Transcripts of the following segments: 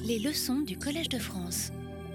Les leçons du Collège de France.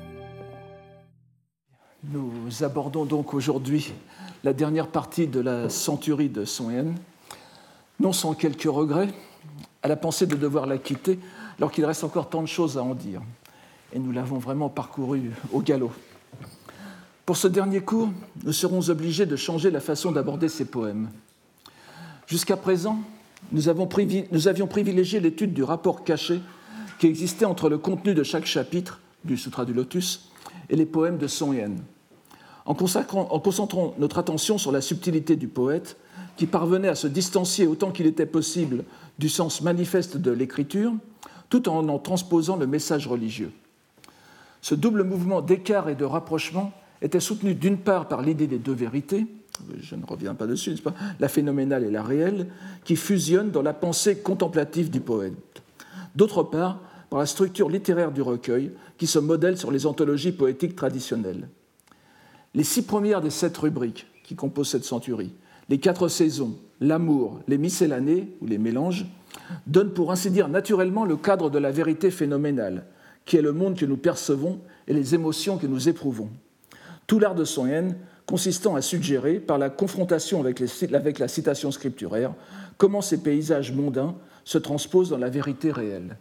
Nous abordons donc aujourd'hui la dernière partie de la centurie de Song Yen, non sans quelques regrets, à la pensée de devoir la quitter, alors qu'il reste encore tant de choses à en dire. Et nous l'avons vraiment parcouru au galop. Pour ce dernier cours, nous serons obligés de changer la façon d'aborder ces poèmes. Jusqu'à présent, nous avions privilégié l'étude du rapport caché qui existait entre le contenu de chaque chapitre du Sutra du Lotus et les poèmes de Song Yen, en concentrant notre attention sur la subtilité du poète qui parvenait à se distancier autant qu'il était possible du sens manifeste de l'écriture, tout en transposant le message religieux. Ce double mouvement d'écart et de rapprochement était soutenu d'une part par l'idée des deux vérités, je ne reviens pas dessus, n'est-ce pas, la phénoménale et la réelle, qui fusionnent dans la pensée contemplative du poète. D'autre part, par la structure littéraire du recueil, qui se modèle sur les anthologies poétiques traditionnelles. Les 6 premières des 7 rubriques qui composent cette centurie, les 4 saisons, l'amour, les miscellanées, ou les mélanges, donnent pour ainsi dire naturellement le cadre de la vérité phénoménale, qui est le monde que nous percevons et les émotions que nous éprouvons. Tout l'art de Song Yen consistant à suggérer, par la confrontation avec la citation scripturaire, comment ces paysages mondains se transposent dans la vérité réelle.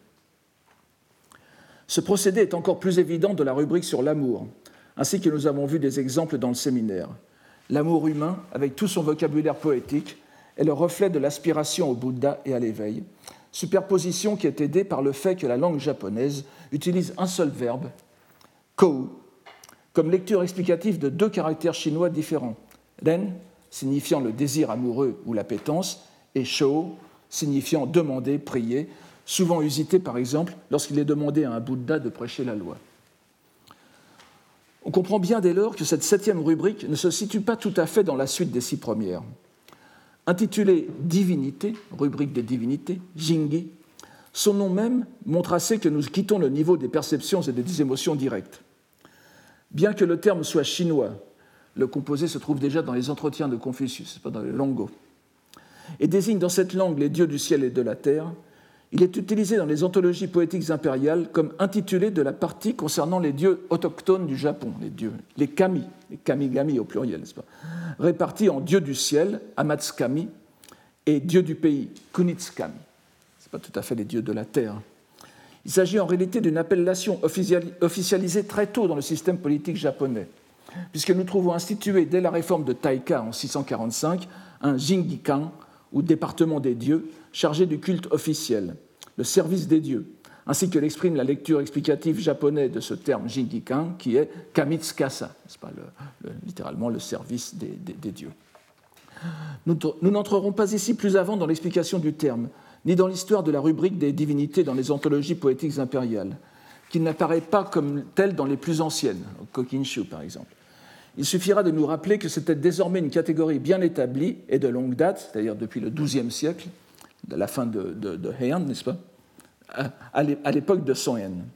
Ce procédé est encore plus évident dans la rubrique sur l'amour, ainsi que nous avons vu des exemples dans le séminaire. L'amour humain, avec tout son vocabulaire poétique, est le reflet de l'aspiration au Bouddha et à l'éveil, superposition qui est aidée par le fait que la langue japonaise utilise un seul verbe, kou, comme lecture explicative de 2 caractères chinois différents, ren, signifiant le désir amoureux ou l'appétence, et shou, signifiant demander, prier, souvent usité par exemple lorsqu'il est demandé à un Bouddha de prêcher la loi. On comprend bien dès lors que cette 7e rubrique ne se situe pas tout à fait dans la suite des 6 premières. Intitulée Divinité, rubrique des divinités, Jingi, son nom même montre assez que nous quittons le niveau des perceptions et des émotions directes. Bien que le terme soit chinois, le composé se trouve déjà dans les entretiens de Confucius, pas dans le Longo, et désigne dans cette langue les dieux du ciel et de la terre. Il est utilisé dans les anthologies poétiques impériales comme intitulé de la partie concernant les dieux autochtones du Japon, les kami, les kamigami au pluriel, n'est-ce pas, répartis en dieux du ciel, Amatsukami, et dieux du pays, Kunitsukami. Ce n'est pas tout à fait les dieux de la terre. Il s'agit en réalité d'une appellation officialisée très tôt dans le système politique japonais, puisque nous trouvons institué dès la réforme de Taika en 645 un Jingikan, ou département des dieux, chargé du culte officiel, le service des dieux, ainsi que l'exprime la lecture explicative japonaise de ce terme Jingikan, qui est Kamitsukasa, n'est-ce pas, littéralement le service des dieux. Nous n'entrerons pas ici plus avant dans l'explication du terme, ni dans l'histoire de la rubrique des divinités dans les anthologies poétiques impériales, qui n'apparaît pas comme telle dans les plus anciennes, Kokinshu par exemple. Il suffira de nous rappeler que c'était désormais une catégorie bien établie et de longue date, c'est-à-dire depuis le XIIe siècle, de la fin de Heian, n'est-ce pas, à l'époque de Song Yen.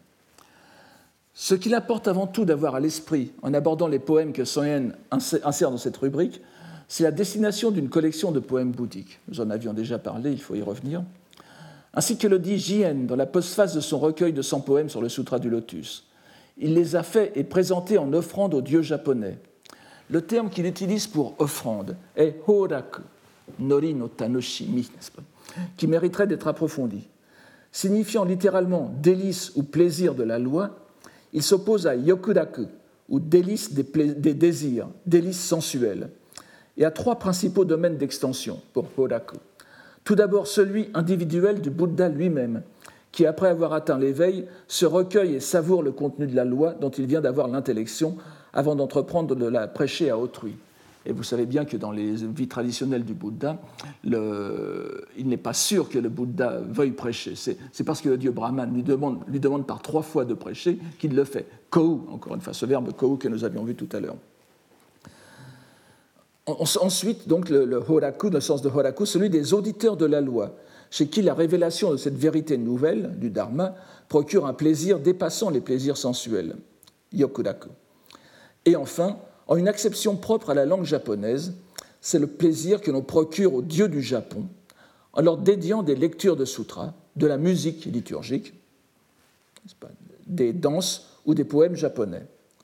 Ce qu'il importe avant tout d'avoir à l'esprit en abordant les poèmes que Song Yen insère dans cette rubrique, c'est la destination d'une collection de poèmes bouddhiques. Nous en avions déjà parlé, il faut y revenir. Ainsi que le dit Jien dans la postface de son recueil de 100 poèmes sur le Sutra du Lotus. Il les a faits et présentés en offrande aux dieux japonais. Le terme qu'il utilise pour offrande est horaku, nori no tanoshimi, n'est-ce pas, qui mériterait d'être approfondi. Signifiant littéralement délice ou plaisir de la loi, il s'oppose à yokuraku, ou délice des désirs, délice sensuelle, et à 3 principaux domaines d'extension pour horaku. Tout d'abord celui individuel du Bouddha lui-même, qui, après avoir atteint l'éveil, se recueille et savoure le contenu de la loi dont il vient d'avoir l'intellection avant d'entreprendre de la prêcher à autrui. Et vous savez bien que dans les vies traditionnelles du Bouddha, il n'est pas sûr que le Bouddha veuille prêcher. C'est parce que le dieu Brahman lui demande par 3 fois de prêcher qu'il le fait. Kou, encore une fois, ce verbe kou que nous avions vu tout à l'heure. Ensuite, donc, le horaku, dans le sens de horaku, celui des auditeurs de la loi, chez qui la révélation de cette vérité nouvelle, du dharma, procure un plaisir dépassant les plaisirs sensuels, yokuraku. Et enfin, en une acception propre à la langue japonaise, c'est le plaisir que l'on procure aux dieux du Japon, en leur dédiant des lectures de sutras, de la musique liturgique, des danses ou des poèmes japonais.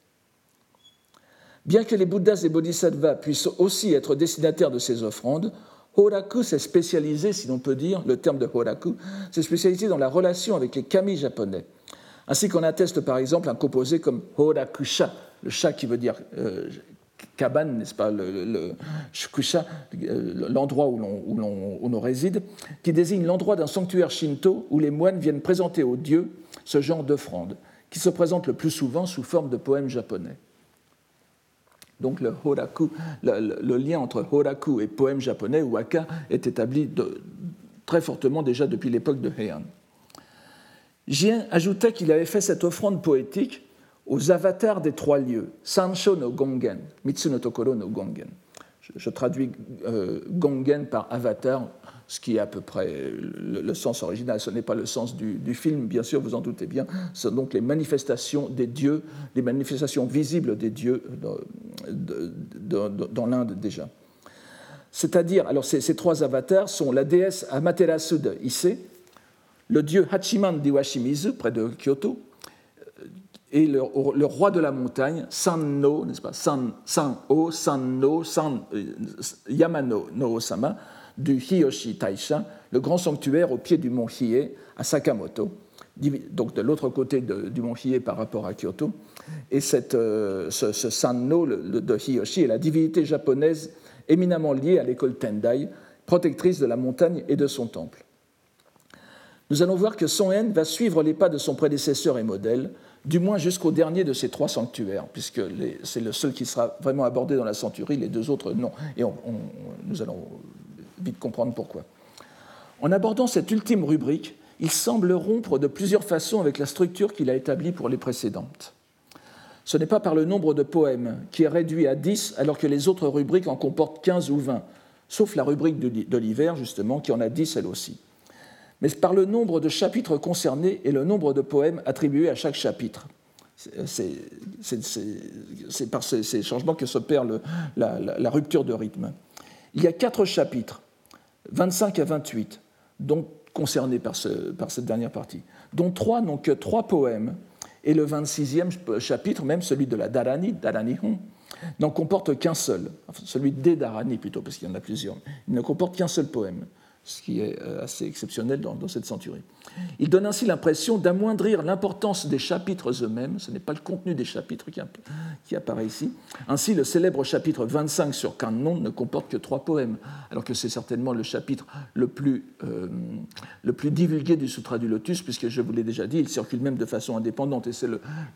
Bien que les Bouddhas et Bodhisattvas puissent aussi être destinataires de ces offrandes, Horaku s'est spécialisé, si l'on peut dire, le terme de Horaku, s'est spécialisé dans la relation avec les kami japonais, ainsi qu'en atteste par exemple un composé comme Horakusha, le sha qui veut dire cabane, n'est-ce pas, le shukusha, l'endroit où l'on réside, qui désigne l'endroit d'un sanctuaire shinto où les moines viennent présenter aux dieux ce genre d'offrande, qui se présente le plus souvent sous forme de poèmes japonais. Donc le horaku, le lien entre horaku et poème japonais, ou waka, est établi très fortement déjà depuis l'époque de Heian. Jien ajoutait qu'il avait fait cette offrande poétique aux avatars des trois lieux, Sansho no Gongen, Mitsu no Tokoro no Gongen. Je traduis Gongen par avatar, ce qui est à peu près le sens original. Ce n'est pas le sens du film, bien sûr, vous en doutez bien. Ce sont donc les manifestations des dieux, les manifestations visibles des dieux dans l'Inde déjà. C'est-à-dire, alors ces trois avatars sont la déesse Amaterasu de Ise, le dieu Hachiman d'Iwashimizu, près de Kyoto, et le roi de la montagne, Sanno, n'est-ce pas, San-o, Sanno, Yamano no Osama, du Hiyoshi Taisha, le grand sanctuaire au pied du mont Hiei, à Sakamoto, donc de l'autre côté du mont Hiei par rapport à Kyoto. Et ce Sanno de Hiyoshi est la divinité japonaise éminemment liée à l'école Tendai, protectrice de la montagne et de son temple. Nous allons voir que Son-en va suivre les pas de son prédécesseur et modèle, du moins jusqu'au dernier de ces trois sanctuaires, puisque c'est le seul qui sera vraiment abordé dans la centurie, les deux autres non. Et nous allons vite comprendre pourquoi. En abordant cette ultime rubrique, il semble rompre de plusieurs façons avec la structure qu'il a établie pour les précédentes. Ce n'est pas par le nombre de poèmes, qui est réduit à 10, alors que les autres rubriques en comportent 15 ou 20, sauf la rubrique de l'hiver, justement, qui en a 10 elle aussi. Mais par le nombre de chapitres concernés et le nombre de poèmes attribués à chaque chapitre. C'est par ces changements que s'opère la rupture de rythme. Il y a 4 chapitres, 25 à 28, concernés par cette dernière partie, dont 3 n'ont que 3 poèmes, et le 26e chapitre, même celui de la Daranihon, n'en comporte qu'un seul, enfin, celui des Dharani plutôt, parce qu'il y en a plusieurs. Il ne comporte qu'un seul poème, ce qui est assez exceptionnel dans cette centurie. Il donne ainsi l'impression d'amoindrir l'importance des chapitres eux-mêmes, ce n'est pas le contenu des chapitres qui apparaît ici. Ainsi, le célèbre chapitre 25 sur Kannon ne comporte que 3 poèmes, alors que c'est certainement le chapitre le plus divulgué du Sutra du Lotus, puisque je vous l'ai déjà dit, il circule même de façon indépendante, et c'est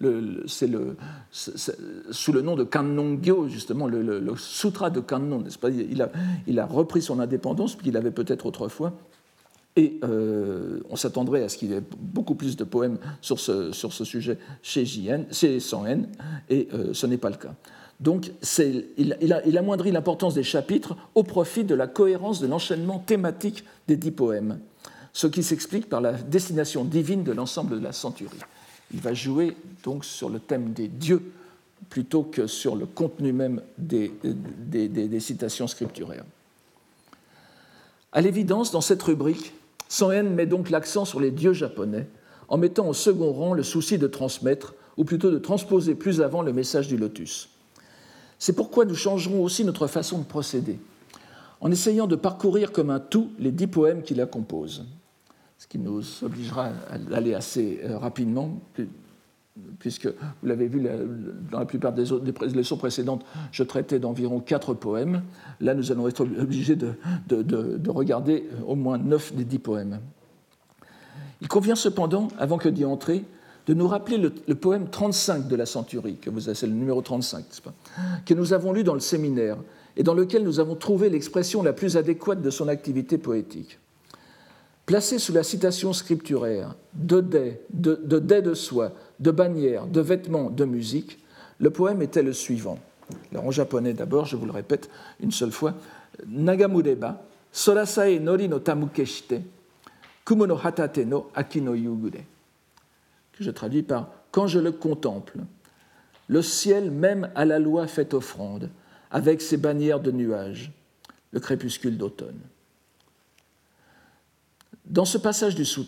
sous le nom de Kannon-gyo, justement, le Sutra de Kannon, n'est-ce pas ? Il a repris son indépendance, puisqu'il avait peut-être autrefois, et on s'attendrait à ce qu'il y ait beaucoup plus de poèmes sur ce sujet chez Son-en, et ce n'est pas le cas. Donc il amoindrit l'importance des chapitres au profit de la cohérence de l'enchaînement thématique des 10 poèmes, ce qui s'explique par la destination divine de l'ensemble de la centurie. Il va jouer donc sur le thème des dieux plutôt que sur le contenu même des citations scripturaires. À l'évidence, dans cette rubrique, Son-en met donc l'accent sur les dieux japonais, en mettant au second rang le souci de transmettre, ou plutôt de transposer plus avant le message du lotus. C'est pourquoi nous changerons aussi notre façon de procéder, en essayant de parcourir comme un tout les 10 poèmes qui la composent, ce qui nous obligera à aller assez rapidement, puisque vous l'avez vu dans la plupart des leçons précédentes, je traitais d'environ 4 poèmes. Là, nous allons être obligés de regarder au moins 9 des 10 poèmes. Il convient cependant, avant que d'y entrer, de nous rappeler le poème 35 de la centurie, c'est le numéro 35, n'est-ce pas, que nous avons lu dans le séminaire et dans lequel nous avons trouvé l'expression la plus adéquate de son activité poétique. Placé sous la citation scripturaire de dais de soie, de bannières, de vêtements, de musique, le poème était le suivant. Alors en japonais d'abord, je vous le répète une seule fois. Nagamureba, sorasae nori no tamuke shite, kumo no hatate no aki no yugure. Que je traduis par « Quand je le contemple, le ciel même à la loi fait offrande, avec ses bannières de nuages, le crépuscule d'automne. » Dans ce passage du sutra,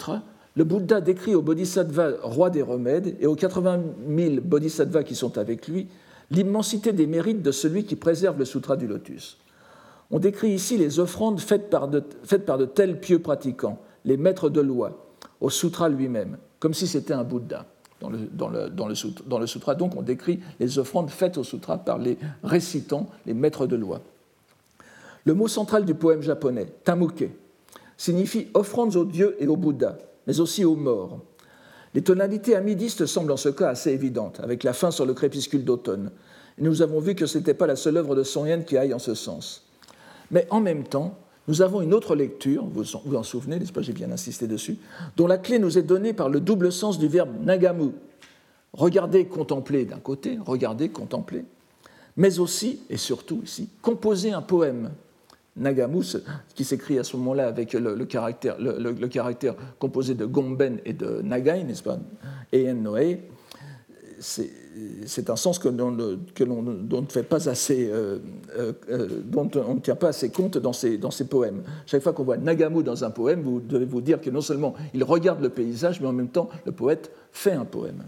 le Bouddha décrit au Bodhisattva roi des remèdes et aux 80 000 Bodhisattvas qui sont avec lui l'immensité des mérites de celui qui préserve le sutra du lotus. On décrit ici les offrandes faites par de tels pieux pratiquants, les maîtres de loi, au sutra lui-même, comme si c'était un Bouddha. Dans le sutra, donc, on décrit les offrandes faites au sutra par les récitants, les maîtres de loi. Le mot central du poème japonais, tamuke, signifie offrandes aux dieux et aux Bouddhas, mais aussi aux morts. Les tonalités amidistes semblent en ce cas assez évidentes, avec la fin sur le crépuscule d'automne. Et nous avons vu que ce n'était pas la seule œuvre de Son Yen qui aille en ce sens. Mais en même temps, nous avons une autre lecture, vous vous en souvenez, n'est-ce pas, j'ai bien insisté dessus, dont la clé nous est donnée par le double sens du verbe nagamu. Regarder, contempler d'un côté, regarder, contempler, mais aussi, et surtout ici, composer un poème. Nagamu, qui s'écrit à ce moment-là avec le caractère composé de gomben et de nagai, n'est-ce pas, en noe, c'est un sens dont on ne fait pas assez, dont on ne tient pas assez compte dans ces poèmes. Chaque fois qu'on voit Nagamu dans un poème, vous devez vous dire que non seulement il regarde le paysage, mais en même temps le poète fait un poème.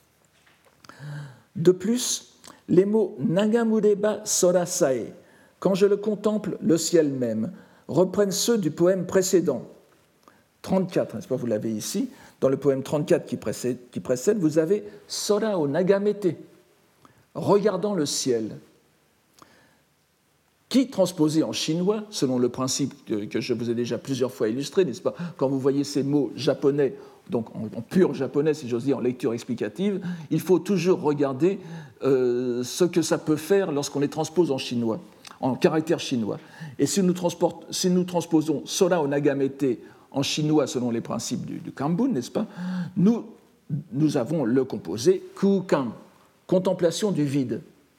De plus, les mots Nagamureba Sorasae, quand je le contemple, le ciel même, reprennent ceux du poème précédent, 34, n'est-ce pas, vous l'avez ici, dans le poème 34 qui précède, vous avez Sora o Nagamete, regardant le ciel, qui, transposé en chinois, selon le principe que je vous ai déjà plusieurs fois illustré, n'est-ce pas, quand vous voyez ces mots japonais, donc en pur japonais, si j'ose dire, en lecture explicative, il faut toujours regarder ce que ça peut faire lorsqu'on les transpose en chinois, en caractère chinois. Et si nous transposons Sora o Nagamete en chinois selon les principes du Kambun, n'est-ce pas, nous avons le composé Kukan, contemplation du vide.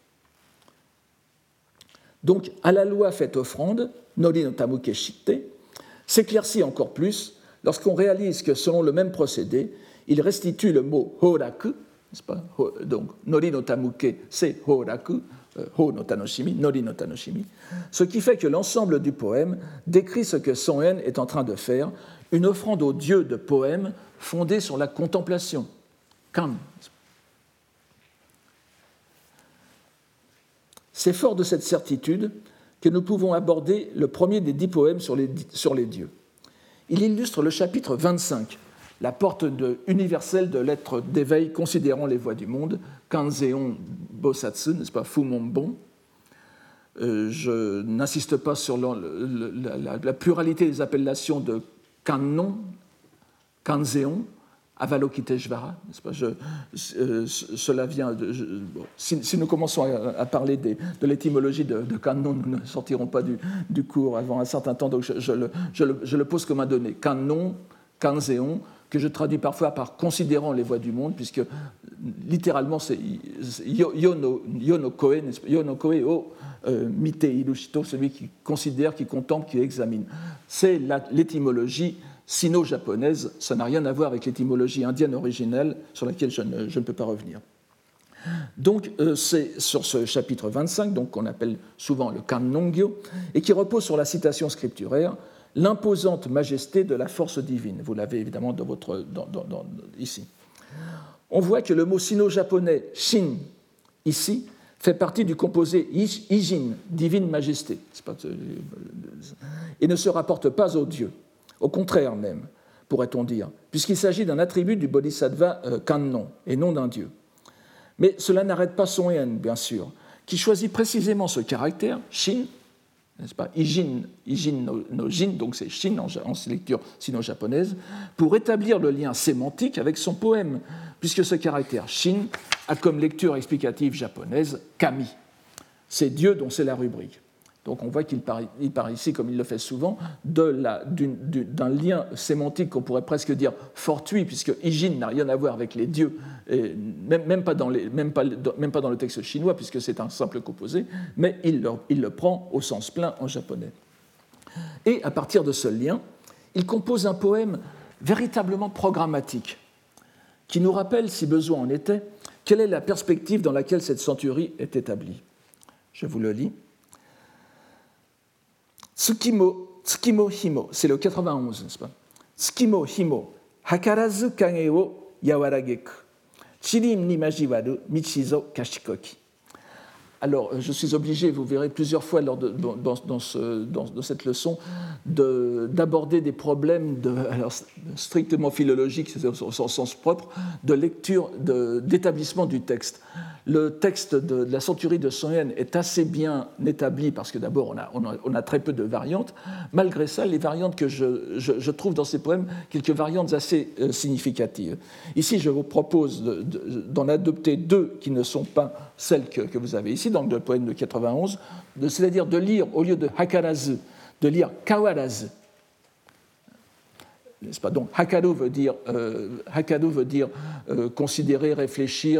Donc, à la loi faite offrande, Nori no Tamuke Shite, s'éclaircit encore plus lorsqu'on réalise que selon le même procédé, il restitue le mot Horaku, n'est-ce pas, donc Nori no Tamuke, c'est Horaku, Ho no Tanoshimi, Nori no Tanoshimi, ce qui fait que l'ensemble du poème décrit ce que Son Yen est en train de faire, une offrande au dieu de poème fondée sur la contemplation, Kan. C'est fort de cette certitude que nous pouvons aborder le premier des 10 poèmes sur les dieux. Il illustre le chapitre 25, la porte universelle de l'être d'éveil considérant les voies du monde, Kanzeon Bosatsu, n'est-ce pas, Fumonbon. Je n'insiste pas sur la pluralité des appellations de Kannon, Kanzeon, Avalokiteshvara, n'est-ce pas, cela vient si nous commençons à parler de l'étymologie de Kannon, nous ne sortirons pas du cours avant un certain temps, donc je le pose comme un donné. Kannon, Kanzeon, que je traduis parfois par considérant les voies du monde, puisque littéralement c'est Yonokoe, Yonokoe o Mite Irushito, celui qui considère, qui contemple, qui examine. C'est l'étymologie sino-japonaise, ça n'a rien à voir avec l'étymologie indienne originelle sur laquelle je ne peux pas revenir. Donc c'est sur ce chapitre 25, donc, qu'on appelle souvent le Kannongyo, et qui repose sur la citation scripturaire, l'imposante majesté de la force divine. Vous l'avez évidemment ici. On voit que le mot sino-japonais shin, ici, fait partie du composé ijin, divine majesté, et ne se rapporte pas au Dieu. Au contraire même, pourrait-on dire, puisqu'il s'agit d'un attribut du bodhisattva Kannon, et non d'un dieu. Mais cela n'arrête pas Son Yen, bien sûr, qui choisit précisément ce caractère, shin, n'est-ce pas, ijin no jin, donc c'est shin en lecture sino-japonaise, pour établir le lien sémantique avec son poème, puisque ce caractère shin a comme lecture explicative japonaise kami. C'est Dieu dont c'est la rubrique. Donc on voit qu'il part ici, comme il le fait souvent, d'un lien sémantique qu'on pourrait presque dire fortuit, puisque Ijin n'a rien à voir avec les dieux, et même pas dans le texte chinois, puisque c'est un simple composé, mais il le prend au sens plein en japonais. Et à partir de ce lien, il compose un poème véritablement programmatique, qui nous rappelle, si besoin en était, quelle est la perspective dans laquelle cette centurie est établie. Je vous le lis. Tsukimo Himo, c'est le 91, n'est-ce pas? Tsukimo Himo, Hakarazu kage wo yawarageku, chirim ni majiwaru michizo kashikoki. Alors, je suis obligé, vous verrez plusieurs fois dans cette leçon, d'aborder des problèmes strictement philologiques, c'est au sens propre, de lecture, d'établissement du texte. Le texte de la centurie de Son Yen est assez bien établi parce que d'abord, on a très peu de variantes. Malgré ça, les variantes que je trouve dans ces poèmes, quelques variantes assez significatives. Ici, je vous propose d'en adopter deux qui ne sont pas celles que vous avez ici, dans le poème de 91, c'est-à-dire de lire, au lieu de hakarazu, de lire kawarazu. N'est-ce pas? Donc, hakaru veut dire considérer, réfléchir,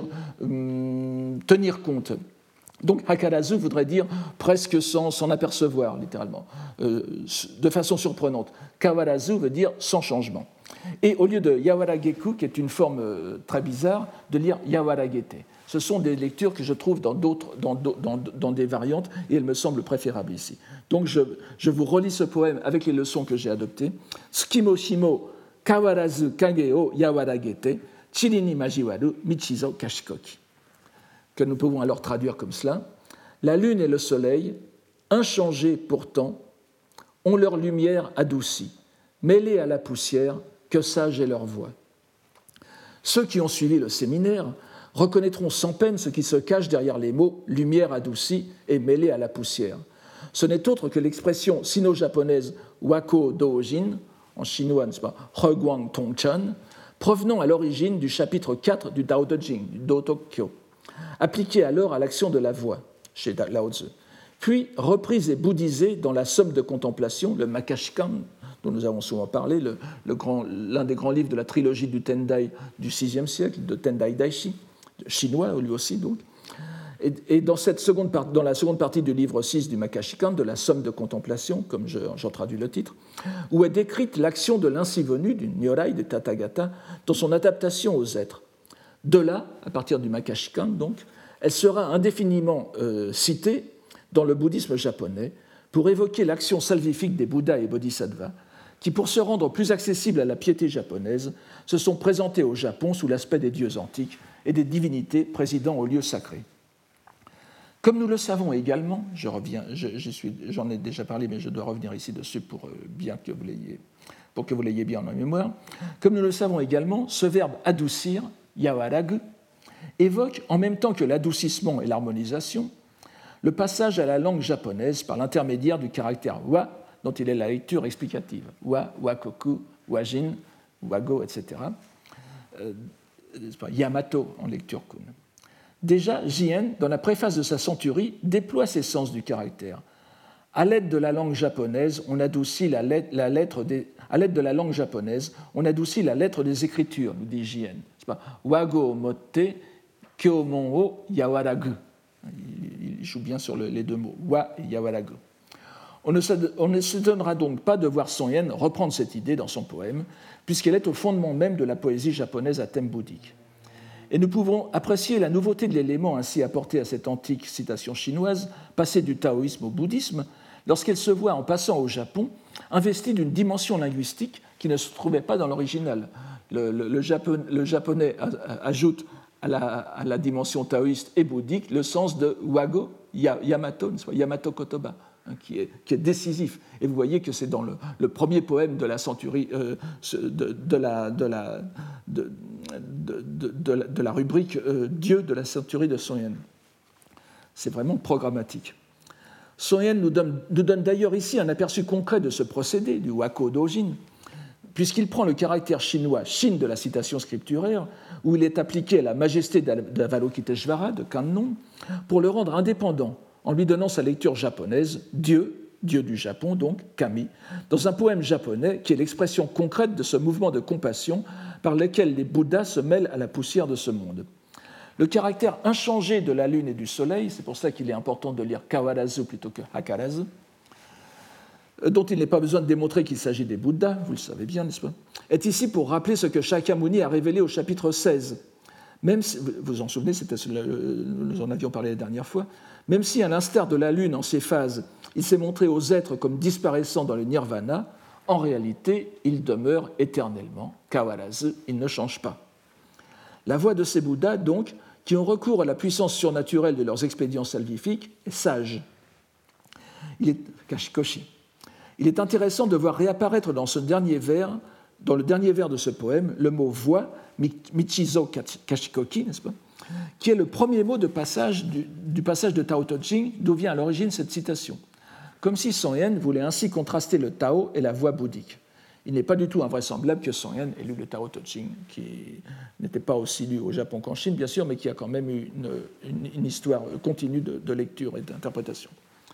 tenir compte. Donc, hakarazu voudrait dire presque sans apercevoir, littéralement, de façon surprenante. Kawarazu veut dire sans changement. Et au lieu de yawarageku, qui est une forme très bizarre, de lire yawaragete. Ce sont des lectures que je trouve dans des variantes et elles me semblent préférables ici. Donc je vous relis ce poème avec les leçons que j'ai adoptées. Tsukimo shimo kawarazu kage o yawaragete, chiri ni majiwaru michizo kashikoki. Que nous pouvons alors traduire comme cela. La lune et le soleil, inchangés pourtant, ont leur lumière adoucie, mêlée à la poussière, que sage est leur voix. Ceux qui ont suivi le séminaire reconnaîtront sans peine ce qui se cache derrière les mots « lumière adoucie » et « mêlée à la poussière ». Ce n'est autre que l'expression sino-japonaise « wako doujin », en chinois, n'est-ce pas, « Heguang Tongchan », provenant à l'origine du chapitre 4 du Tao Te Ching, du Do-Tokkyo, appliquée alors à l'action de la voix, chez Lao Tzu, puis reprise et bouddhisée dans la somme de contemplation, le Makashikan, dont nous avons souvent parlé, l'un des grands livres de la trilogie du Tendai du VIe siècle, de Tendai Daishi, chinois lui aussi donc. Et dans la seconde partie du livre 6 du Makashikan, de la somme de contemplation, comme j'en traduis le titre, où est décrite l'action de l'ainsi venu, du Nyorai, de Tathagata, dans son adaptation aux êtres. De là, à partir du Makashikan, donc, elle sera indéfiniment citée dans le bouddhisme japonais pour évoquer l'action salvifique des Bouddhas et Bodhisattvas, qui, pour se rendre plus accessibles à la piété japonaise, se sont présentés au Japon sous l'aspect des dieux antiques et des divinités présidant aux lieux sacrés. Comme nous le savons également, j'en ai déjà parlé, mais je dois revenir ici dessus pour que vous l'ayez bien en mémoire, comme nous le savons également, ce verbe « adoucir », yawaragu, évoque, en même temps que l'adoucissement et l'harmonisation, le passage à la langue japonaise par l'intermédiaire du caractère « wa », dont il est la lecture explicative, wa, wakoku, wajin, wago, etc. Yamato en lecture kun. Déjà, Jien, dans la préface de sa centurie, déploie ses sens du caractère. À l'aide de la langue japonaise, on adoucit la lettre des écritures, nous dit Jien. Wago motte kyomon o yawaragu. Il joue bien sur les deux mots, wa et yawaragu. On ne s'étonnera donc pas de voir Son Yen reprendre cette idée dans son poème, puisqu'elle est au fondement même de la poésie japonaise à thème bouddhique. Et nous pouvons apprécier la nouveauté de l'élément ainsi apporté à cette antique citation chinoise, passée du taoïsme au bouddhisme, lorsqu'elle se voit, en passant au Japon, investie d'une dimension linguistique qui ne se trouvait pas dans l'original. Le japonais ajoute à la dimension taoïste et bouddhique le sens de wago, yamato, yamato kotoba, qui est décisif. Et vous voyez que c'est dans le premier poème de la centurie, de la rubrique Dieu de la centurie de Son Yen. C'est vraiment programmatique. Son Yen nous donne d'ailleurs ici un aperçu concret de ce procédé du wako dojin, puisqu'il prend le caractère chinois shin de la citation scripturaire, où il est appliqué à la majesté d'Avalokiteshvara, de Kannon, pour le rendre indépendant, en lui donnant sa lecture japonaise, Dieu du Japon, donc Kami, dans un poème japonais qui est l'expression concrète de ce mouvement de compassion par lequel les Bouddhas se mêlent à la poussière de ce monde. Le caractère inchangé de la lune et du soleil, c'est pour ça qu'il est important de lire Kawarazu plutôt que Hakarazu, dont il n'est pas besoin de démontrer qu'il s'agit des Bouddhas, vous le savez bien, n'est-ce pas, est ici pour rappeler ce que Shakyamuni a révélé au chapitre 16. Même si, vous vous en souvenez, nous en avions parlé la dernière fois, même si, à l'instar de la Lune en ces phases, il s'est montré aux êtres comme disparaissant dans le nirvana, En réalité, il demeure éternellement. Kawarazu, il ne change pas. La voie de ces Bouddhas, donc, qui ont recours à la puissance surnaturelle de leurs expédients salvifiques, est sage. Kashikoshi. Il est intéressant de voir réapparaître dans le dernier vers de ce poème, le mot voix, Michizo Kashikoki, n'est-ce pas, qui est le premier mot du passage de Tao Te Ching, d'où vient à l'origine cette citation. Comme si Song Yen voulait ainsi contraster le Tao et la voix bouddhique. Il n'est pas du tout invraisemblable que Song Yen ait lu le Tao Te Ching, qui n'était pas aussi lu au Japon qu'en Chine, bien sûr, mais qui a quand même eu une histoire continue de lecture et d'interprétation.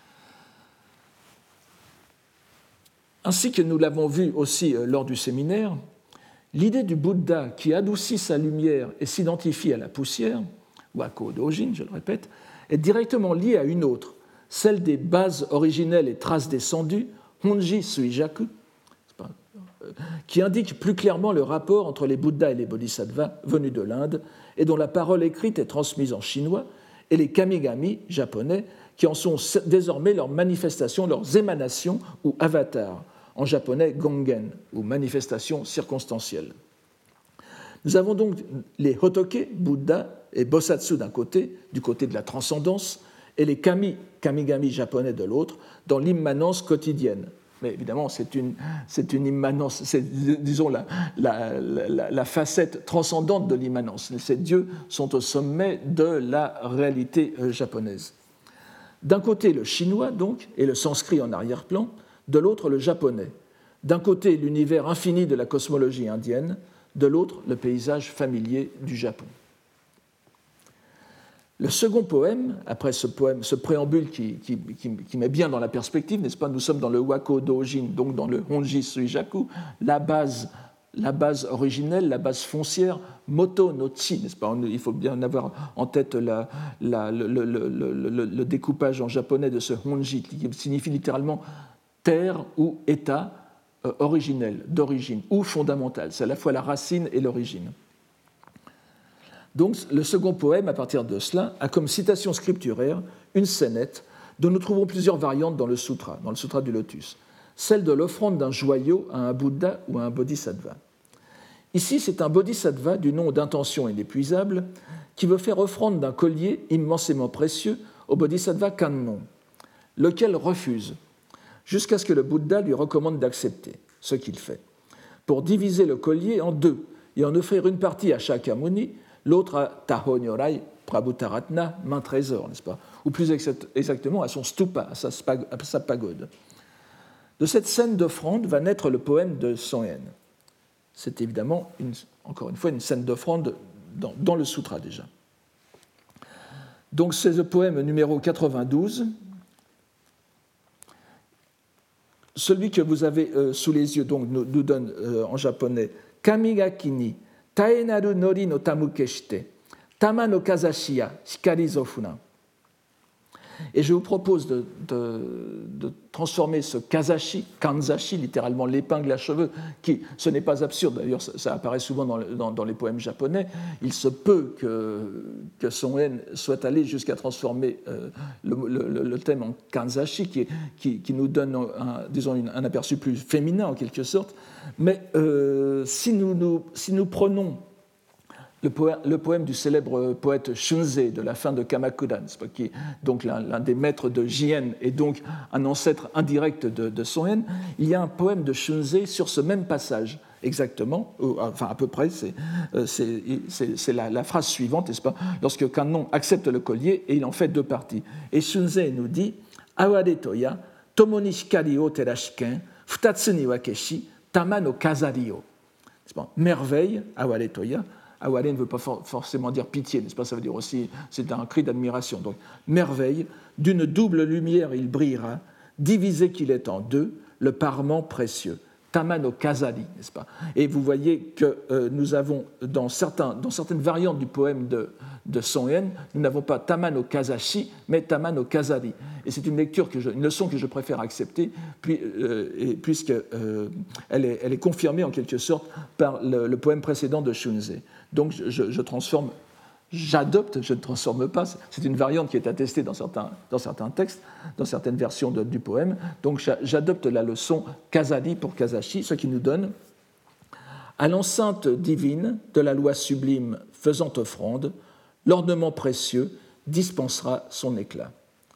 Ainsi que nous l'avons vu aussi lors du séminaire, l'idée du Bouddha qui adoucit sa lumière et s'identifie à la poussière, Wako Dojin, je le répète, est directement liée à une autre, celle des bases originelles et traces descendues, Honji Suijaku, qui indique plus clairement le rapport entre les Bouddhas et les Bodhisattvas venus de l'Inde et dont la parole écrite est transmise en chinois, et les Kamigami japonais qui en sont désormais leurs manifestations, leurs émanations ou avatars, en japonais gongen, ou manifestations circonstancielles. Nous avons donc les Hotoke, Bouddha et Bosatsu d'un côté, du côté de la transcendance, et les Kamigami japonais de l'autre, dans l'immanence quotidienne. Mais évidemment, c'est une immanence, c'est, disons, la facette transcendante de l'immanence. Ces dieux sont au sommet de la réalité japonaise. D'un côté, le chinois, donc, et le sanskrit en arrière-plan, de l'autre, le japonais. D'un côté, l'univers infini de la cosmologie indienne, de l'autre, le paysage familier du Japon. Le second poème, après ce préambule qui met bien dans la perspective, n'est-ce pas, nous sommes dans le Wako Dojin, donc dans le Honji Suijaku, la base originelle, la base foncière, Moto no Chi, n'est-ce pas? Il faut bien avoir en tête le découpage en japonais de ce Honji, qui signifie littéralement terre ou état originel, d'origine, ou fondamental. C'est à la fois la racine et l'origine. Donc, le second poème, à partir de cela, a comme citation scripturaire une scénette dont nous trouvons plusieurs variantes dans le sutra du lotus, celle de l'offrande d'un joyau à un Bouddha ou à un Bodhisattva. Ici, c'est un Bodhisattva du nom d'intention inépuisable qui veut faire offrande d'un collier immensément précieux au Bodhisattva Kannon, lequel refuse, jusqu'à ce que le Bouddha lui recommande d'accepter, ce qu'il fait, pour diviser le collier en deux et en offrir une partie à Shakyamuni, l'autre à Taho Nyorai, Prabhutaratna, main trésor, n'est-ce pas? Ou plus exactement à son stupa, à sa pagode. De cette scène d'offrande va naître le poème de Song Yen. C'est évidemment, encore une fois, une scène d'offrande dans le sutra déjà. Donc c'est le poème numéro 92, celui que vous avez sous les yeux, donc nous donne en japonais Kamigaki ni taenaru nori no tamuke shite tama no kazashi ya shikari zo funan. Et je vous propose de transformer ce kazashi, kanzashi, littéralement l'épingle à cheveux, qui, ce n'est pas absurde, d'ailleurs ça apparaît souvent dans les poèmes japonais. Il se peut que Song Yen soit allé jusqu'à transformer le thème en kanzashi, qui nous donne un aperçu plus féminin en quelque sorte. Mais si nous prenons le poème du célèbre poète Shunzei de la fin de Kamakura, qui est donc l'un des maîtres de Jien et donc un ancêtre indirect de Song Yen, il y a un poème de Shunzei sur ce même passage, exactement, enfin à peu près, c'est la phrase suivante, n'est-ce pas, lorsque Kannon accepte le collier et il en fait deux parties. Et Shunzei nous dit « Aware toya, tomo ni hikari o terashiken, futatsu ni wakeshi, tama no kazari o » Merveille, Aware toya. Aware ne veut pas forcément dire pitié, n'est-ce pas? Ça veut dire aussi, c'est un cri d'admiration. Donc, merveille, d'une double lumière il brillera, divisé qu'il est en deux, le parement précieux. Tama no kazari, n'est-ce pas? Et vous voyez que nous avons, dans certaines variantes du poème de Song Yen, nous n'avons pas Tama no kazashi, mais Tama no kazari. Et c'est une leçon que je préfère accepter, puisqu'elle est confirmée en quelque sorte par le poème précédent de Shunzei. Donc je transforme j'adopte, je ne transforme pas, c'est une variante qui est attestée dans certains textes, dans certaines versions du poème, donc j'adopte la leçon Kazadi pour Kazashi, ce qui nous donne à l'enceinte divine de la loi sublime faisant offrande, l'ornement précieux dispensera son éclat.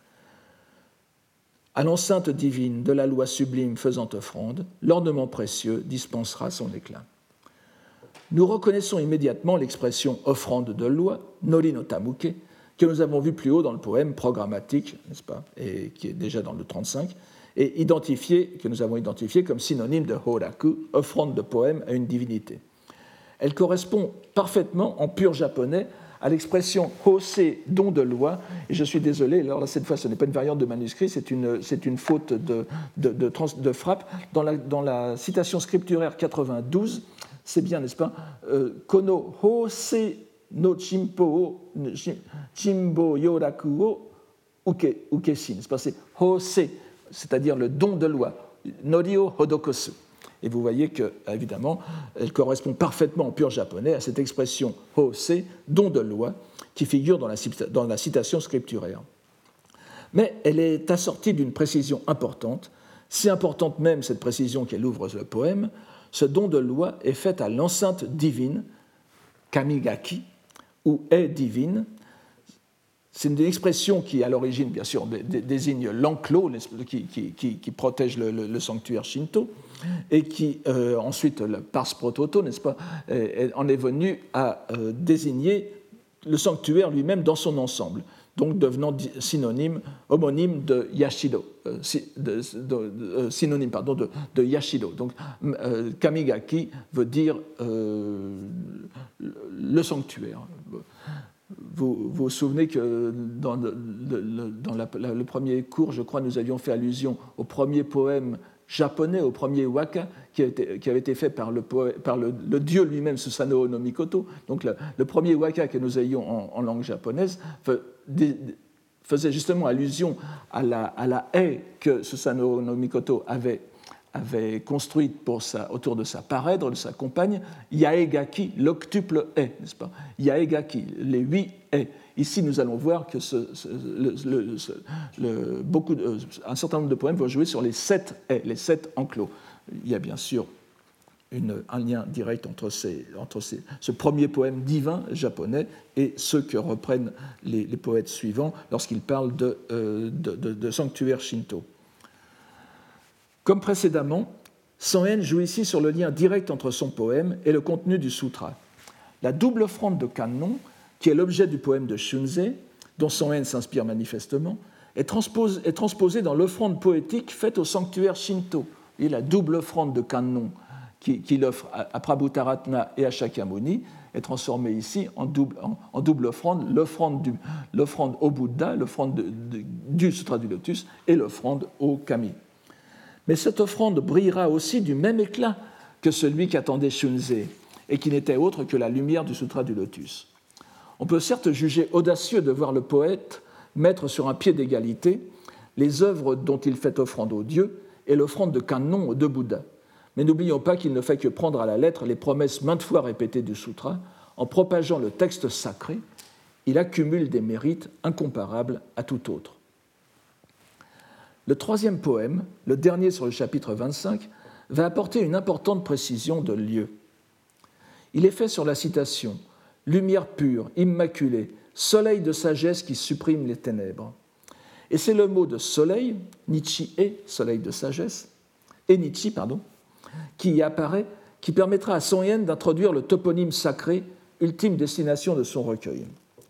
À l'enceinte divine de la loi sublime faisant offrande, l'ornement précieux dispensera son éclat. Nous reconnaissons immédiatement l'expression offrande de loi, nori no tamuke, que nous avons vue plus haut dans le poème programmatique, n'est-ce pas, et qui est déjà dans le 35, et que nous avons identifié comme synonyme de horaku, offrande de poème à une divinité. Elle correspond parfaitement en pur japonais à l'expression hose, don de loi, et je suis désolé, alors là, cette fois ce n'est pas une variante de manuscrit, c'est une faute de frappe. Dans la citation scripturaire 92, c'est bien, n'est-ce pas, kono hose no chimbo yoraku o ukeshi, n'est-ce pas, c'est hose, c'est-à-dire le don de loi, nori o hodokosu. Et vous voyez que, évidemment, elle correspond parfaitement en pur japonais à cette expression hose, don de loi, qui figure dans la citation scripturaire. Mais elle est assortie d'une précision importante, si importante même cette précision qu'elle ouvre le poème. Ce don de loi est fait à l'enceinte divine, kamigaki, ou est divine. C'est une expression qui, à l'origine, bien sûr, désigne l'enclos qui protège le sanctuaire Shinto, et qui, ensuite, le pars pro toto, n'est-ce pas, en est venu à désigner le sanctuaire lui-même dans son ensemble, donc devenant synonyme, homonyme de Yashido, synonyme, pardon, de Yashido. Donc, Kamigaki veut dire le sanctuaire. Vous vous souvenez que dans le premier cours, je crois, nous avions fait allusion au premier poème japonais, au premier waka, qui avait été fait par le dieu lui-même, Susanoo no Mikoto. Donc le premier waka que nous ayons en langue japonaise faisait justement allusion à la haie que Susanoo no Mikoto avait construite autour de sa parèdre, de sa compagne, Yaegaki, l'octuple haie, n'est-ce pas? Yaegaki, les 8 haies. Ici, nous allons voir que un certain nombre de poèmes vont jouer sur les 7 haies, les 7 enclos. Il y a bien sûr un lien direct entre ce premier poème divin japonais et ceux que reprennent les poètes suivants lorsqu'ils parlent de sanctuaire Shinto. Comme précédemment, Soen joue ici sur le lien direct entre son poème et le contenu du sutra. La double offrande de Kannon, qui est l'objet du poème de Shunzei, dont Soen s'inspire manifestement, est transposée dans l'offrande poétique faite au sanctuaire Shinto. Et la double offrande de Kannon qu'il offre à Prabhutaratna et à Shakyamuni est transformée ici en double offrande, l'offrande au Bouddha, l'offrande du Sutra du Lotus et l'offrande au Kami. Mais cette offrande brillera aussi du même éclat que celui qu'attendait Shunzei et qui n'était autre que la lumière du Sutra du Lotus. On peut certes juger audacieux de voir le poète mettre sur un pied d'égalité les œuvres dont il fait offrande aux dieux et l'offrande de Kannon aux deux Bouddhas. Mais n'oublions pas qu'il ne fait que prendre à la lettre les promesses maintes fois répétées du Sutra. En propageant le texte sacré, il accumule des mérites incomparables à tout autre. Le troisième poème, le dernier sur le chapitre 25, va apporter une importante précision de lieu. Il est fait sur la citation « Lumière pure, immaculée, soleil de sagesse qui supprime les ténèbres ». Et c'est le mot de soleil, Nichi-e, soleil de sagesse, et Nichi, pardon, qui y apparaît, qui permettra à Son Yen d'introduire le toponyme sacré, ultime destination de son recueil.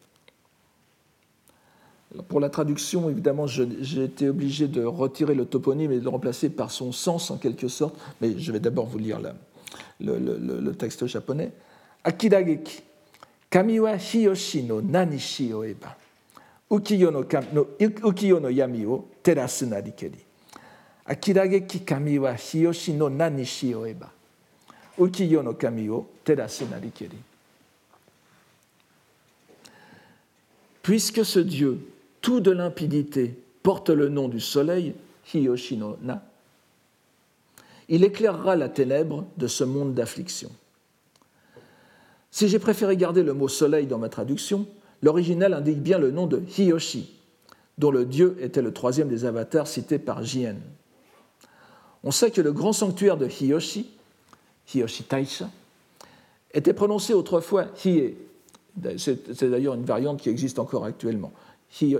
Pour la traduction, évidemment, j'ai été obligé de retirer le toponyme et de le remplacer par son sens, en quelque sorte, mais je vais d'abord vous lire le texte japonais. Akirageki, kami wa hiyoshi no nani shi o eba, ukiyo no yami o terasu narikeri. Akirageki kami wa hiyoshi no nani shi o eba, ukiyo no kami o terasu narikeri. Puisque ce Dieu, tout de limpidité, porte le nom du soleil, Hiyoshi no Na, il éclairera la ténèbre de ce monde d'affliction. Si j'ai préféré garder le mot soleil dans ma traduction, l'original indique bien le nom de Hiyoshi, dont le dieu était le troisième des avatars cités par Jien. On sait que le grand sanctuaire de Hiyoshi, Hiyoshi Taisha, était prononcé autrefois Hie. C'est d'ailleurs une variante qui existe encore actuellement. Hie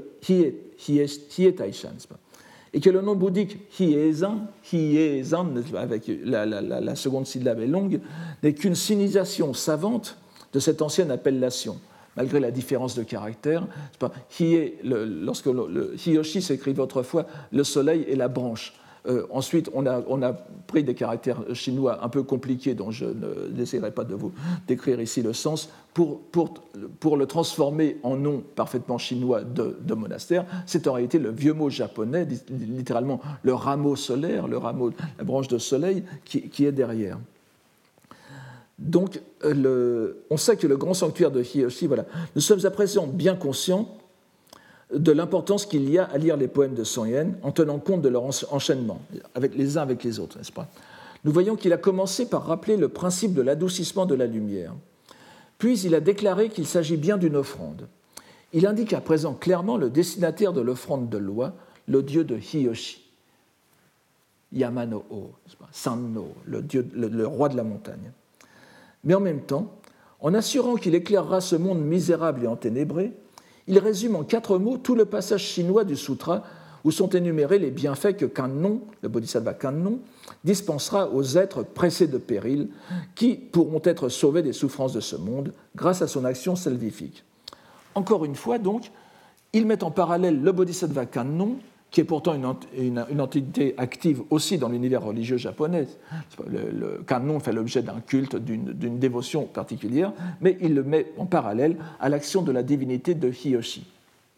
Taisha, n'est-ce pas? Et que le nom bouddhique Hiezan, avec la seconde syllabe est longue, n'est qu'une sinisation savante de cette ancienne appellation, malgré la différence de caractère. Lorsque le Hiyoshi s'écrivait autrefois le soleil et la branche. Ensuite, on a pris des caractères chinois un peu compliqués, dont je n'essaierai pas de vous décrire ici le sens, pour le transformer en nom parfaitement chinois de monastère. C'est en réalité le vieux mot japonais, littéralement le rameau solaire, la branche de soleil, qui est derrière. Donc, on sait que le grand sanctuaire de Hiyoshi, voilà, nous sommes à présent bien conscients de l'importance qu'il y a à lire les poèmes de Song Yen en tenant compte de leur enchaînement, les uns avec les autres, n'est-ce pas? Nous voyons qu'il a commencé par rappeler le principe de l'adoucissement de la lumière. Puis il a déclaré qu'il s'agit bien d'une offrande. Il indique à présent clairement le destinataire de l'offrande de loi, le dieu de Hiyoshi, Yamano-o, Sanno, le roi de la montagne. Mais en même temps, en assurant qu'il éclairera ce monde misérable et enténébré, il résume en 4 mots tout le passage chinois du sutra où sont énumérés les bienfaits que Kannon, le bodhisattva Kannon, dispensera aux êtres pressés de péril qui pourront être sauvés des souffrances de ce monde grâce à son action salvifique. Encore une fois, donc, il met en parallèle le bodhisattva Kannon, qui est pourtant une entité active aussi dans l'univers religieux japonais. Le Kannon fait l'objet d'un culte, d'une dévotion particulière, mais il le met en parallèle à l'action de la divinité de Hiyoshi.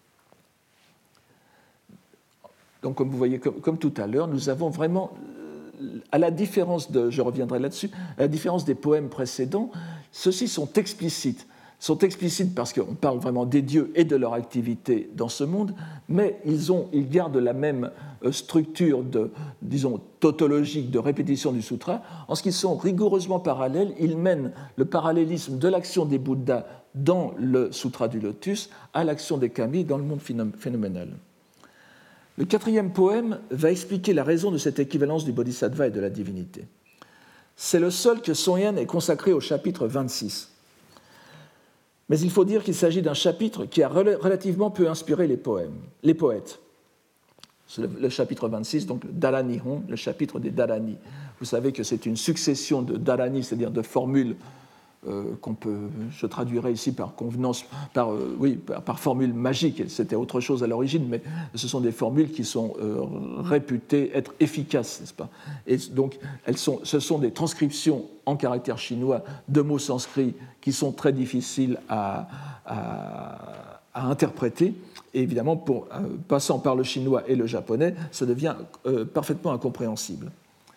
Donc, comme vous voyez, comme tout à l'heure, nous avons vraiment, à la différence je reviendrai là-dessus, à la différence des poèmes précédents, ceux-ci sont explicites parce qu'on parle vraiment des dieux et de leur activité dans ce monde, mais ils gardent la même structure tautologique de répétition du sutra, en ce qu'ils sont rigoureusement parallèles. Ils mènent le parallélisme de l'action des Bouddhas dans le sutra du lotus à l'action des kami dans le monde phénoménal. Le 4e poème va expliquer la raison de cette équivalence du bodhisattva et de la divinité. C'est le seul que Song Yen ait consacré au chapitre 26. Mais il faut dire qu'il s'agit d'un chapitre qui a relativement peu inspiré les poètes. C'est le chapitre 26, donc le Dara Nihon, le chapitre des Dharani. Vous savez que c'est une succession de Dharani, c'est-à-dire de formules je traduirais ici par convenance, par formule magique. C'était autre chose à l'origine, mais ce sont des formules qui sont réputées être efficaces, n'est-ce pas? Et donc, ce sont des transcriptions en caractère chinois de mots sanscrits qui sont très difficiles à interpréter. Et évidemment, passant par le chinois et le japonais, ça devient parfaitement incompréhensible.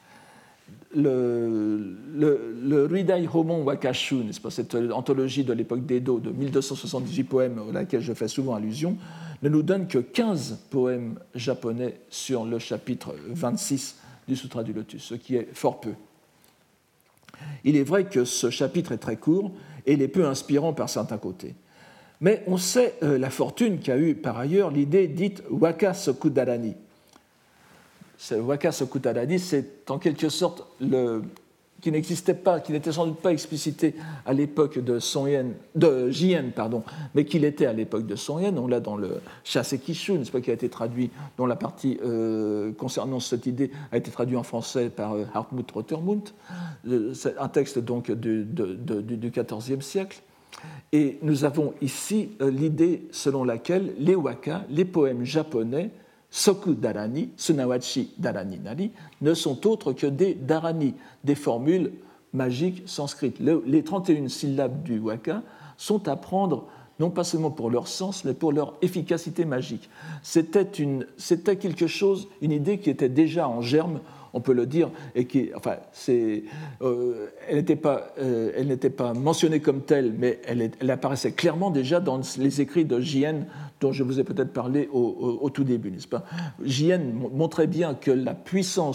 Le Ruidai Homon Wakashu, n'est-ce pas, cette anthologie de l'époque d'Edo de 1278 poèmes à laquelle je fais souvent allusion, ne nous donne que 15 poèmes japonais sur le chapitre 26 du Sutra du Lotus, ce qui est fort peu. Il est vrai que ce chapitre est très court et il est peu inspirant par certains côtés. Mais on sait la fortune qu'a eue par ailleurs l'idée dite Waka Sokudarani. Ce Waka Sokudarani, c'est en quelque sorte qui n'existait pas, qui n'était sans doute pas explicité à l'époque de Jien, mais qu'il était à l'époque de Song Yen. On l'a dans le Shasekishu, n'est-ce pas, qui a été traduit, dont la partie concernant cette idée a été traduite en français par Hartmut Rotermund. C'est un texte donc du XIVe siècle. Et nous avons ici l'idée selon laquelle les waka, les poèmes japonais, Soku Dharani, Sunawachi Dharani Nari, ne sont autres que des dharani, des formules magiques sanscrites. Les 31 syllabes du waka sont à prendre non pas seulement pour leur sens, mais pour leur efficacité magique. C'était quelque chose, une idée qui était déjà en germe, on peut le dire, et qui, elle n'était pas mentionnée comme telle, mais elle apparaissait clairement déjà dans les écrits de Jien, dont je vous ai peut-être parlé au tout début, n'est-ce pas? Jien montrait bien que la puissance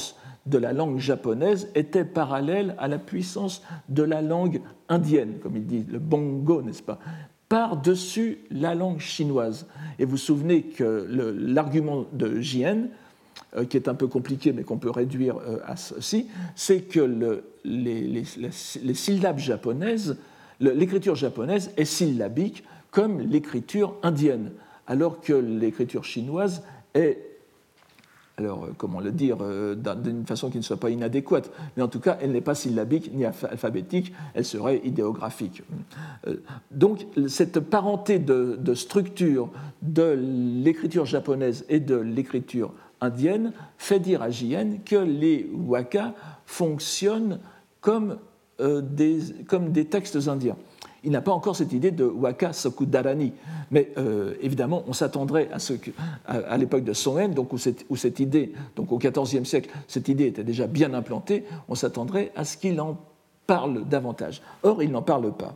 de la langue japonaise était parallèle à la puissance de la langue indienne, comme il dit, le bongo, n'est-ce pas, par-dessus la langue chinoise. Et vous vous souvenez que l'argument de Jien, qui est un peu compliqué mais qu'on peut réduire à ceci, c'est que les syllabes japonaises, l'écriture japonaise est syllabique comme l'écriture indienne, alors que l'écriture chinoise est, alors comment le dire, d'une façon qui ne soit pas inadéquate, mais en tout cas elle n'est pas syllabique ni alphabétique, elle serait idéographique. Donc cette parenté de structure de l'écriture japonaise et de l'écriture indienne fait dire à Jien que les waka fonctionnent comme des textes indiens. Il n'a pas encore cette idée de waka sokudarani, mais évidemment, on s'attendrait à l'époque de Soen, donc où cette idée, donc au XIVe siècle, cette idée était déjà bien implantée, on s'attendrait à ce qu'il en parle davantage. Or, il n'en parle pas.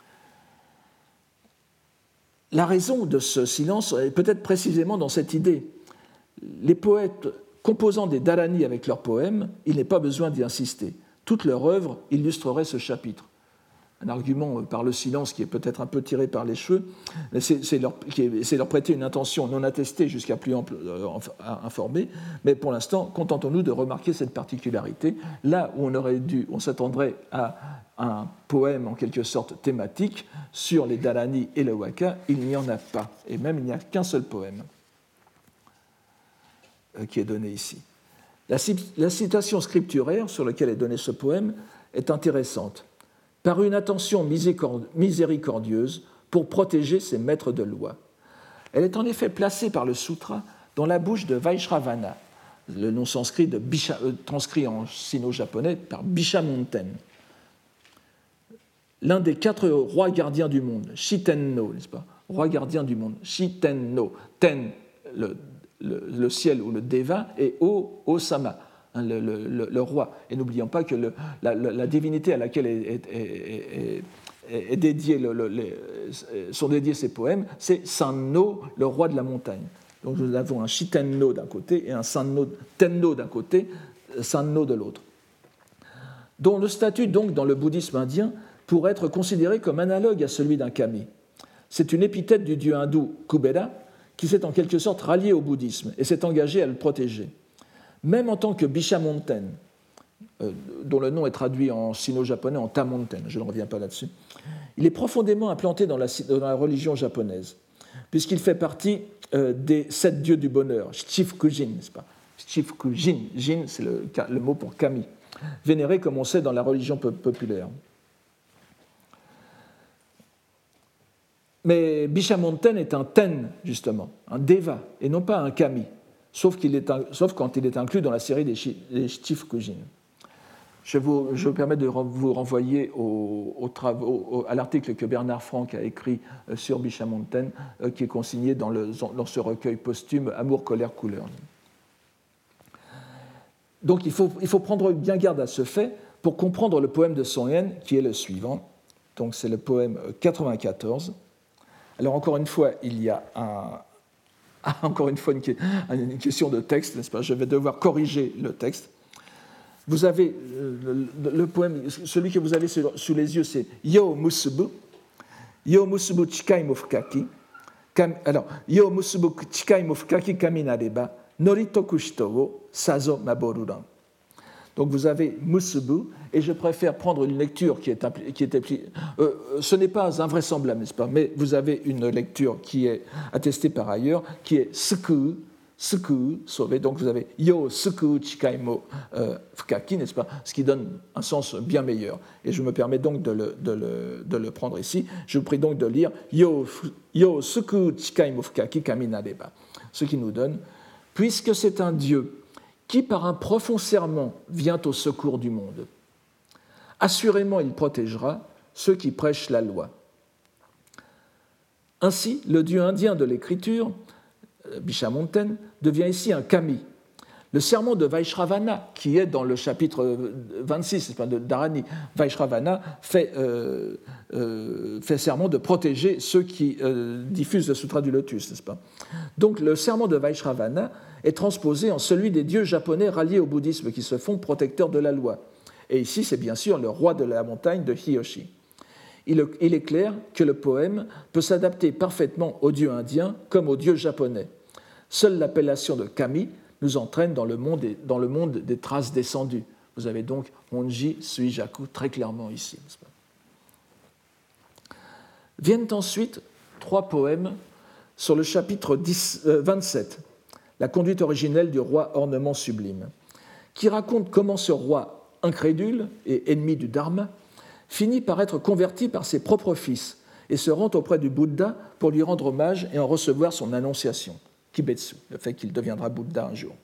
La raison de ce silence est peut-être précisément dans cette idée. Les poètes composant des dharani avec leurs poèmes, il n'est pas besoin d'y insister. Toute leur œuvre illustrerait ce chapitre. Un argument par le silence qui est peut-être un peu tiré par les cheveux, c'est leur prêter une intention non attestée jusqu'à plus ample informée, mais pour l'instant, contentons-nous de remarquer cette particularité. Là où on s'attendrait à un poème en quelque sorte thématique sur les dharani et le waka, il n'y en a pas, et même il n'y a qu'un seul poème qui est donné ici. La citation scripturaire sur laquelle est donné ce poème est intéressante. Par une attention miséricordieuse pour protéger ses maîtres de loi. Elle est en effet placée par le sutra dans la bouche de Vaishravana, le nom sanskrit transcrit en sino-japonais par Bishamonten, l'un des 4 rois gardiens du monde, Shitenno, n'est-ce pas? Roi gardien du monde, Shitenno, Ten, le ciel ou le deva, et O-sama, le roi. Et n'oublions pas que la divinité à laquelle est dédié sont dédiés ces poèmes, c'est Sanno, le roi de la montagne. Donc nous avons un Shitenno d'un côté et un Tenno d'un côté, Sanno de l'autre, dont le statut donc dans le bouddhisme indien pourrait être considéré comme analogue à celui d'un kami. C'est une épithète du dieu hindou Kubera qui s'est en quelque sorte rallié au bouddhisme et s'est engagé à le protéger. Même en tant que Bishamonten, dont le nom est traduit en sino-japonais en Tamonten, je ne reviens pas là-dessus, il est profondément implanté dans la religion japonaise, puisqu'il fait partie des 7 dieux du bonheur, Shichifukujin, n'est-ce pas? Shichifukujin, Jin, c'est le mot pour kami, vénéré comme on sait dans la religion populaire. Mais Bishamonten est un ten, justement, un deva, et non pas un kami, sauf quand il est inclus dans la série des Shichifukujin. Je me permets de vous renvoyer à l'article que Bernard Franck a écrit sur Bishamonten, qui est consigné dans ce recueil posthume Amour, colère, couleur. Donc il faut prendre bien garde à ce fait pour comprendre le poème de Son Yen, qui est le suivant. Donc c'est le poème 94. Alors encore une fois, il y a une question de texte, n'est-ce pas? Je vais devoir corriger le texte. Vous avez le poème, celui que vous avez sous les yeux, c'est Yo Musubu Chikai mo Fukaki. Alors, Yo Musubu Chikai mo Fukaki kami nareba, noritoku shito wo sazo maboruran. Donc vous avez Musubu, et je préfère prendre une lecture qui est ce n'est pas invraisemblable, n'est-ce pas? Mais vous avez une lecture qui est attestée par ailleurs, qui est Suku, sauvé. Donc vous avez Yo Suku Chikai mo Fukaki, n'est-ce pas? Ce qui donne un sens bien meilleur. Et je me permets donc de le prendre ici. Je vous prie donc de lire Yo Suku Chikai mo Fukaki kami nareba. Ce qui nous donne, puisque c'est un Dieu qui, par un profond serment, vient au secours du monde. Assurément, il protégera ceux qui prêchent la loi. Ainsi, le dieu indien de l'écriture, Bishamonten, devient ici un kami, Le sermon de Vaishravana, qui est dans le chapitre 26 de Dharani, Vaishravana fait serment de protéger ceux qui diffusent le sutra du lotus, n'est-ce pas? Donc le sermon de Vaishravana est transposé en celui des dieux japonais ralliés au bouddhisme qui se font protecteurs de la loi. Et ici, c'est bien sûr le roi de la montagne de Hiyoshi. Il est clair que le poème peut s'adapter parfaitement aux dieux indiens comme aux dieux japonais. Seule l'appellation de kami nous entraîne dans le monde des traces descendues. Vous avez donc Honji, Suijaku très clairement ici. Viennent ensuite 3 poèmes sur le chapitre 27, la conduite originelle du roi ornement sublime, qui raconte comment ce roi incrédule et ennemi du Dharma finit par être converti par ses propres fils et se rend auprès du Bouddha pour lui rendre hommage et en recevoir son annonciation. Kibetsu, le fait qu'il deviendra Bouddha un jour.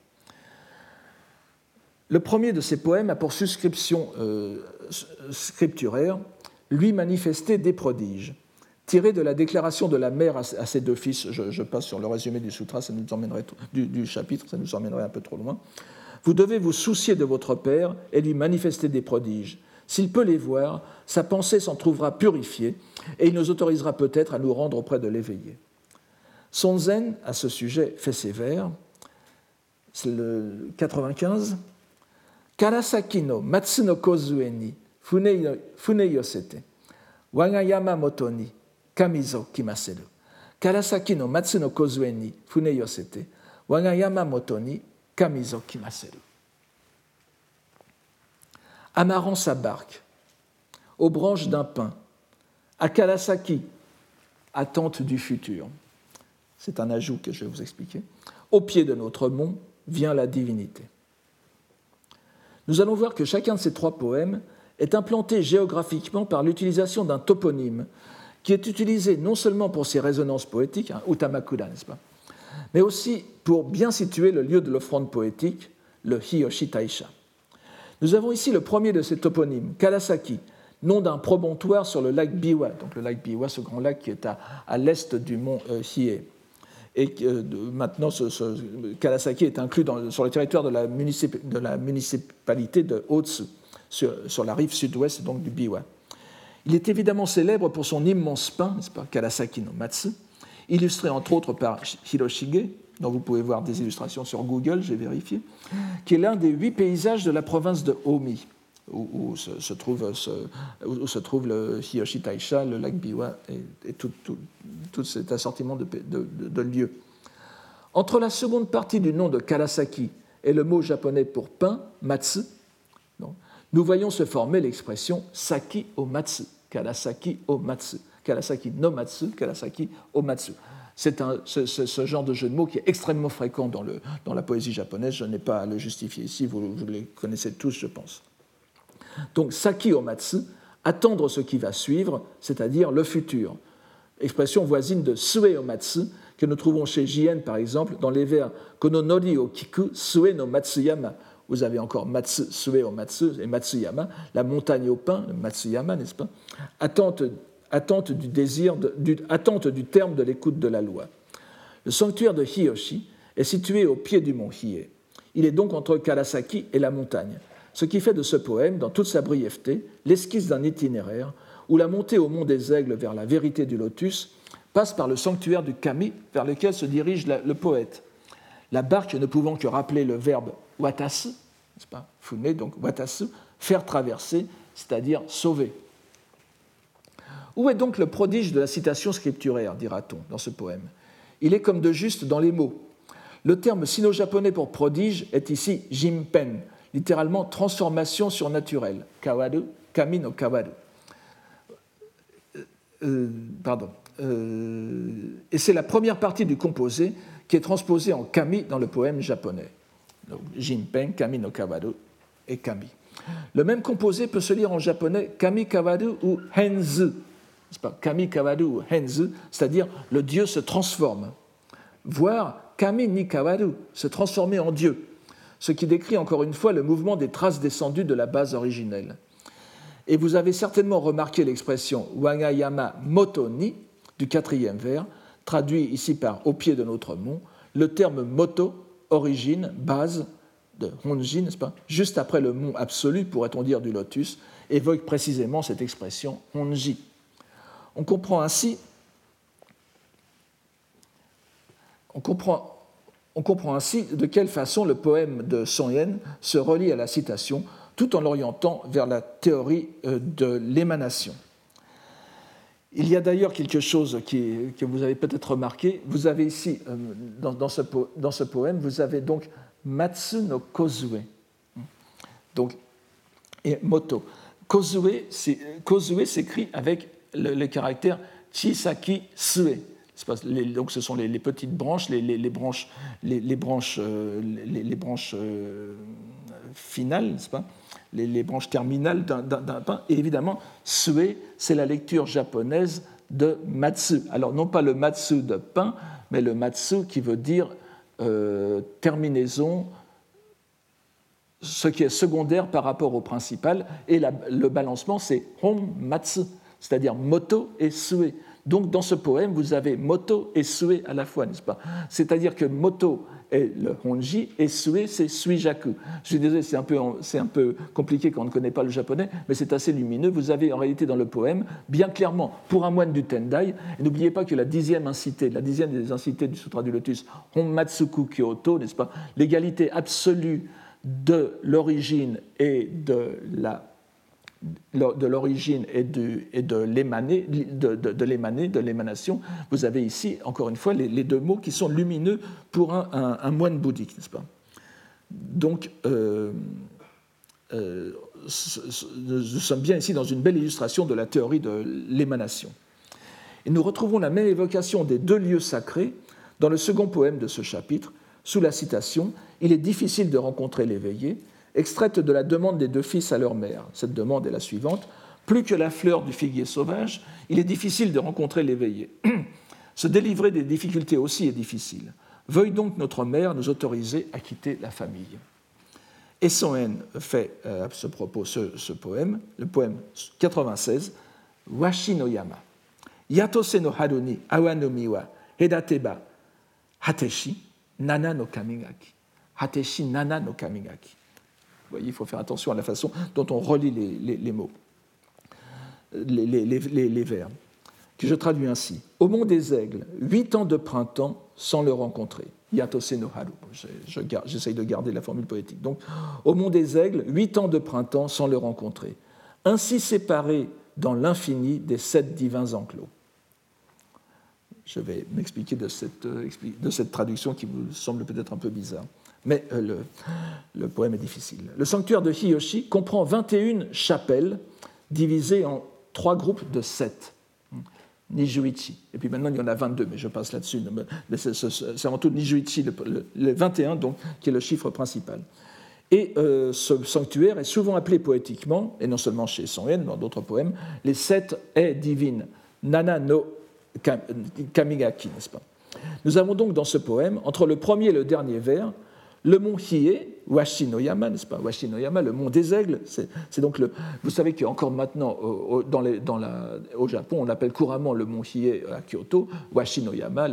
Le premier de ces poèmes a pour suscription scripturaire « Lui manifester des prodiges », tiré de la déclaration de la mère à ses 2 fils. Je passe sur le résumé du sutra, ça nous emmènerait, du chapitre, ça nous emmènerait un peu trop loin. « Vous devez vous soucier de votre père et lui manifester des prodiges. S'il peut les voir, sa pensée s'en trouvera purifiée et il nous autorisera peut-être à nous rendre auprès de l'éveillé. » Sonzen, à ce sujet, fait ses vers. C'est le 95. Karasaki no matsu no kozue ni fune yosete, waga yama moto ni kamizo kimaseru. Karasaki no matsu no kozue ni fune yosete, waga yama moto ni kamizo kimaseru. Amarrant sa barque aux branches d'un pin, à Karasaki, attente du futur. C'est un ajout que je vais vous expliquer. Au pied de notre mont vient la divinité. Nous allons voir que chacun de ces 3 poèmes est implanté géographiquement par l'utilisation d'un toponyme qui est utilisé non seulement pour ses résonances poétiques, Utamakura, n'est-ce pas, mais aussi pour bien situer le lieu de l'offrande poétique, le Hiyoshi Taisha. Nous avons ici le premier de ces toponymes, Karasaki, nom d'un promontoire sur le lac Biwa. Donc le lac Biwa, ce grand lac qui est à l'est du mont Hiei. Et maintenant, Karasaki est inclus sur le territoire de la municipalité de Otsu, sur la rive sud-ouest donc, du Biwa. Il est évidemment célèbre pour son immense pin, n'est-ce pas, Karasaki no Matsu, illustré entre autres par Hiroshige, dont vous pouvez voir des illustrations sur Google, j'ai vérifié, qui est l'un des 8 paysages de la province de Omi, où se trouve le Hiyoshi Taisha, le lac Biwa et tout cet assortiment de lieux. Entre la seconde partie du nom de Karasaki et le mot japonais pour pain, matsu, nous voyons se former l'expression saki o matsu, Karasaki o matsu, Karasaki no matsu, Karasaki o matsu. C'est ce genre de jeu de mots qui est extrêmement fréquent dans la poésie japonaise. Je n'ai pas à le justifier ici, vous les connaissez tous, je pense. Donc, saki o matsu, attendre ce qui va suivre, c'est-à-dire le futur. Expression voisine de sue o matsu, que nous trouvons chez Jien, par exemple, dans les vers Kono nori o kiku sue no matsuyama. Vous avez encore matsu, sue o matsu et matsuyama, la montagne au pain, le matsuyama, n'est-ce pas? Attente du terme de l'écoute de la loi. Le sanctuaire de Hiyoshi est situé au pied du mont Hiei. Il est donc entre Karasaki et la montagne, ce qui fait de ce poème, dans toute sa brièveté, l'esquisse d'un itinéraire où la montée au mont des Aigles vers la vérité du lotus passe par le sanctuaire du Kami vers lequel se dirige le poète. La barque ne pouvant que rappeler le verbe watasu, n'est-ce pas, fune, donc watasu, faire traverser, c'est-à-dire sauver. Où est donc le prodige de la citation scripturaire, dira-t-on, dans ce poème? Il est comme de juste dans les mots. Le terme sino-japonais pour prodige est ici jimpen, littéralement transformation surnaturelle, kawaru, kami no kawaru. Et c'est la première partie du composé qui est transposée en kami dans le poème japonais. Donc, jimpen, kami no kawaru et kami. Le même composé peut se lire en japonais kami kawaru ou henzu. C'est pas kami kawaru ou henzu, c'est-à-dire le Dieu se transforme. Voire kami ni kawaru, se transformer en Dieu, ce qui décrit encore une fois le mouvement des traces descendues de la base originelle. Et vous avez certainement remarqué l'expression wagayama moto ni du 4e vers, traduit ici par au pied de notre mont. Le terme moto, origine, base, de Honji, n'est-ce pas, juste après le mont absolu, pourrait-on dire, du lotus, évoque précisément cette expression Honji. On comprend ainsi de quelle façon le poème de Song Yen se relie à la citation, tout en l'orientant vers la théorie de l'émanation. Il y a d'ailleurs quelque chose que vous avez peut-être remarqué. Vous avez ici, dans ce poème, vous avez donc Matsu no Kozue, donc, et moto. Kozue s'écrit avec le caractère Chisaki Sue. Donc ce sont les petites branches, les branches finales, n'est-ce pas, les branches terminales d'un pain. Et évidemment, Sue, c'est la lecture japonaise de Matsu. Alors non pas le Matsu de pain, mais le Matsu qui veut dire terminaison, ce qui est secondaire par rapport au principal. Et le balancement, c'est Hon Matsu, c'est-à-dire moto et Sue. Donc, dans ce poème, vous avez moto et sue à la fois, n'est-ce pas? C'est-à-dire que moto est le honji et sue, c'est suijaku. Je suis désolé, c'est un peu compliqué quand on ne connaît pas le japonais, mais c'est assez lumineux. Vous avez en réalité dans le poème, bien clairement, pour un moine du Tendai, et n'oubliez pas que la dixième des incités du Sutra du Lotus, Honmatsuku Kyoto, n'est-ce pas? L'égalité absolue de l'origine et de l'origine et de l'émanation, vous avez ici, encore une fois, les deux mots qui sont lumineux pour un moine bouddhique, n'est-ce pas? Donc, nous sommes bien ici dans une belle illustration de la théorie de l'émanation. Et nous retrouvons la même évocation des deux lieux sacrés dans le second poème de ce chapitre, sous la citation « Il est difficile de rencontrer l'éveillé », extraite de la demande des deux fils à leur mère. Cette demande est la suivante. Plus que la fleur du figuier sauvage, il est difficile de rencontrer l'éveillé. Se délivrer des difficultés aussi est difficile. Veuille donc notre mère nous autoriser à quitter la famille. Et Song Yen fait à ce propos ce poème, le poème 96, Washi no Yama. Yatose no haru ni awa no mi wa hedateba hateshi nana no kamigaki. Hateshi nana no kamigaki. Vous voyez, il faut faire attention à la façon dont on relie les mots, les vers, que je traduis ainsi. Au mont des aigles, 8 ans de printemps sans le rencontrer. Yatose no haru. J'essaye de garder la formule poétique. Donc, au mont des aigles, 8 ans de printemps sans le rencontrer. Ainsi séparés dans l'infini des 7 divins enclos. Je vais m'expliquer de cette traduction qui vous semble peut-être un peu bizarre. Mais le poème est difficile. Le sanctuaire de Hiyoshi comprend 21 chapelles divisées en 3 groupes de 7. Nijuichi. Et puis maintenant, il y en a 22, mais je passe là-dessus. C'est avant tout Nijuichi, le 21, donc, qui est le chiffre principal. Et ce sanctuaire est souvent appelé poétiquement, et non seulement chez Song Yen, dans d'autres poèmes, les 7 ais divines, Nana no Kamigaki, n'est-ce pas? Nous avons donc dans ce poème, entre le premier et le dernier vers, le mont Hiei, Washi no Yama, n'est-ce pas? Washi no Yama, le mont des aigles, c'est donc vous savez qu'encore maintenant, au Japon, on appelle couramment le mont Hiei à Kyoto, Washi no Yama,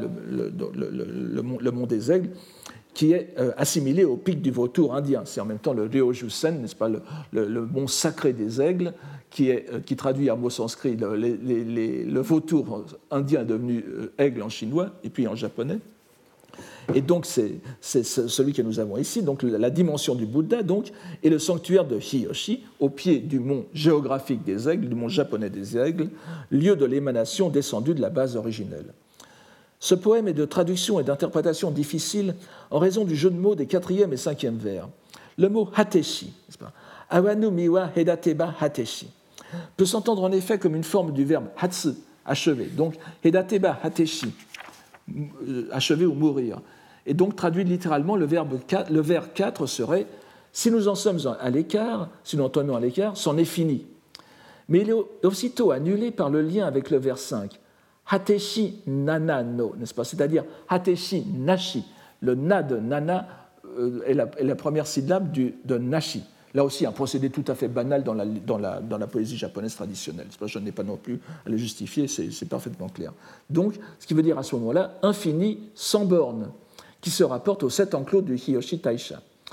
le mont des aigles, qui est assimilé au pic du vautour indien. C'est en même temps le Ryojusen, n'est-ce pas, le mont sacré des aigles, qui traduit en mot sanskrit le vautour indien est devenu aigle en chinois et puis en japonais. Et donc c'est celui que nous avons ici, donc la dimension du Bouddha, donc, et le sanctuaire de Hiyoshi, au pied du mont géographique des aigles, du mont japonais des aigles, lieu de l'émanation descendu de la base originelle. Ce poème est de traduction et d'interprétation difficile en raison du jeu de mots des 4e et 5e vers. Le mot hateshi, awanu miwa hedateba hateshi, peut s'entendre en effet comme une forme du verbe hatsu, achever. Donc hedateba hateshi, achever ou mourir. Et donc traduit littéralement, le vers 4 serait si nous en sommes à l'écart, si nous en tenons à l'écart, c'en est fini. Mais il est aussitôt annulé par le lien avec le vers 5. Hateshi nana no, n'est-ce pas? C'est-à-dire hateshi nashi. Le na de nana est la première syllabe de nashi. Là aussi, un procédé tout à fait banal dans la poésie japonaise traditionnelle. Je n'ai pas non plus à le justifier, c'est parfaitement clair. Donc, ce qui veut dire à ce moment-là, infini sans borne, qui se rapporte aux 7 enclos du Hiyoshi Taisha.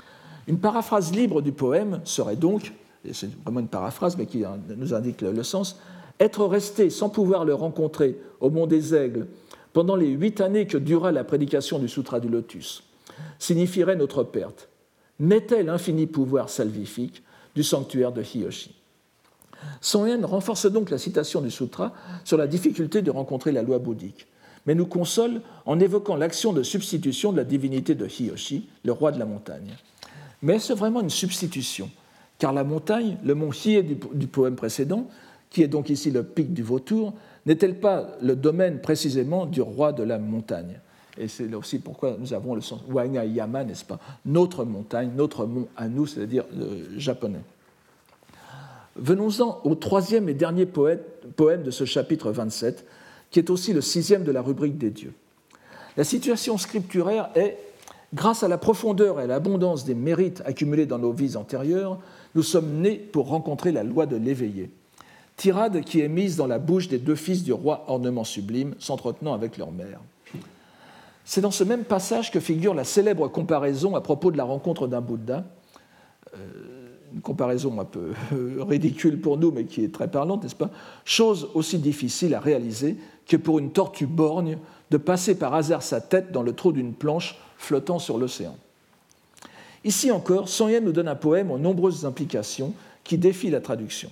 Une paraphrase libre du poème serait donc, et c'est vraiment une paraphrase mais qui nous indique le sens, être resté sans pouvoir le rencontrer au Mont des Aigles pendant les 8 années que dura la prédication du Sutra du Lotus signifierait notre perte. N'était l'infini pouvoir salvifique du sanctuaire de Hiyoshi. Son Yen renforce donc la citation du sutra sur la difficulté de rencontrer la loi bouddhique, mais nous console en évoquant l'action de substitution de la divinité de Hiyoshi, le roi de la montagne. Mais est-ce vraiment une substitution ? Car la montagne, le mont Hiei du poème précédent, qui est donc ici le pic du vautour, n'est-elle pas le domaine précisément du roi de la montagne ? Et c'est là aussi pourquoi nous avons le sens Wanga Yama, n'est-ce pas ? Notre montagne, notre mont à nous, c'est-à-dire japonais. Venons-en au troisième et dernier poème de ce chapitre 27, qui est aussi le 6e de la rubrique des dieux. La situation scripturaire est, grâce à la profondeur et à l'abondance des mérites accumulés dans nos vies antérieures, nous sommes nés pour rencontrer la loi de l'éveillé. Tirade qui est mise dans la bouche des 2 fils du roi ornement sublime, s'entretenant avec leur mère. C'est dans ce même passage que figure la célèbre comparaison à propos de la rencontre d'un Bouddha, une comparaison un peu ridicule pour nous, mais qui est très parlante, n'est-ce pas ? Chose aussi difficile à réaliser que pour une tortue borgne de passer par hasard sa tête dans le trou d'une planche flottant sur l'océan. Ici encore, Son Yen nous donne un poème aux nombreuses implications qui défient la traduction.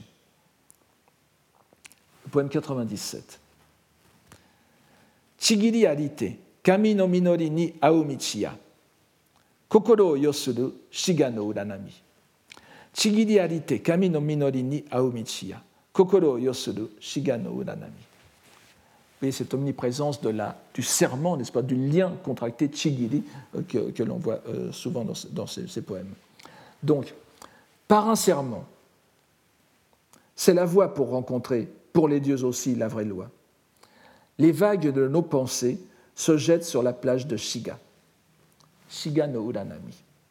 Le poème 97. Chigiri arite, kami no minori ni au michiya. Kokoro o yosuru shiga no uranami. Chigiri arite, kami no minori ni au michiya. Kokoro o yosuru shiga no uranami. Vous voyez cette omniprésence du serment, n'est-ce pas, du lien contracté chigiri que l'on voit souvent dans ces poèmes. Donc, par un serment, c'est la voie pour rencontrer, pour les dieux aussi, la vraie loi. Les vagues de nos pensées se jettent sur la plage de Shiga. Shiga no uranami.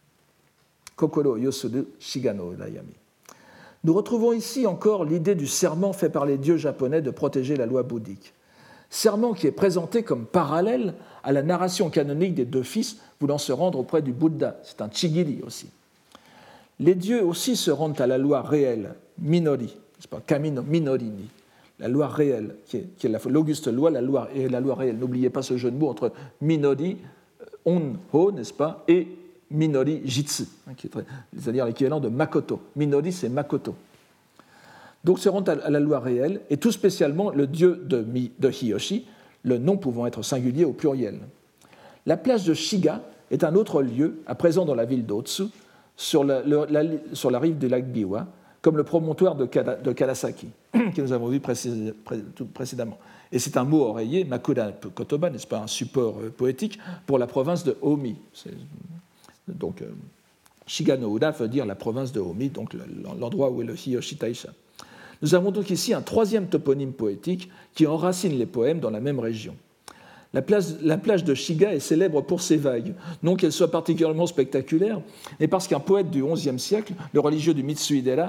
Kokoro yosuru Shiga no uranami. Nous retrouvons ici encore l'idée du serment fait par les dieux japonais de protéger la loi bouddhique. Serment qui est présenté comme parallèle à la narration canonique des 2 fils voulant se rendre auprès du Bouddha. C'est un chigiri aussi. Les dieux aussi se rendent à la loi réelle, minori, n'est-ce pas, kami no minori ni, la loi réelle, qui est l'auguste loi, la loi réelle. N'oubliez pas ce jeu de mots entre minori, on-ho, n'est-ce pas, et minori jitsu, c'est-à-dire l'équivalent de makoto. Minori, c'est makoto. Donc se rendent à la loi réelle, et tout spécialement le dieu de Hiyoshi, le nom pouvant être singulier au pluriel. La plage de Shiga est un autre lieu, à présent dans la ville d'Otsu, sur la rive du lac Biwa, comme le promontoire de Karasaki, que nous avons vu précédemment. Et c'est un mot oreiller, Makura Kotoba, n'est-ce pas, un support poétique, pour la province de Omi. Donc, Shiga no Ura veut dire la province de Omi, donc l'endroit où est le Hiyoshi Taisha. Nous avons donc ici un 3e toponyme poétique qui enracine les poèmes dans la même région. La plage de Shiga est célèbre pour ses vagues, non qu'elle soit particulièrement spectaculaire, mais parce qu'un poète du XIe siècle, le religieux du Mitsuhidera,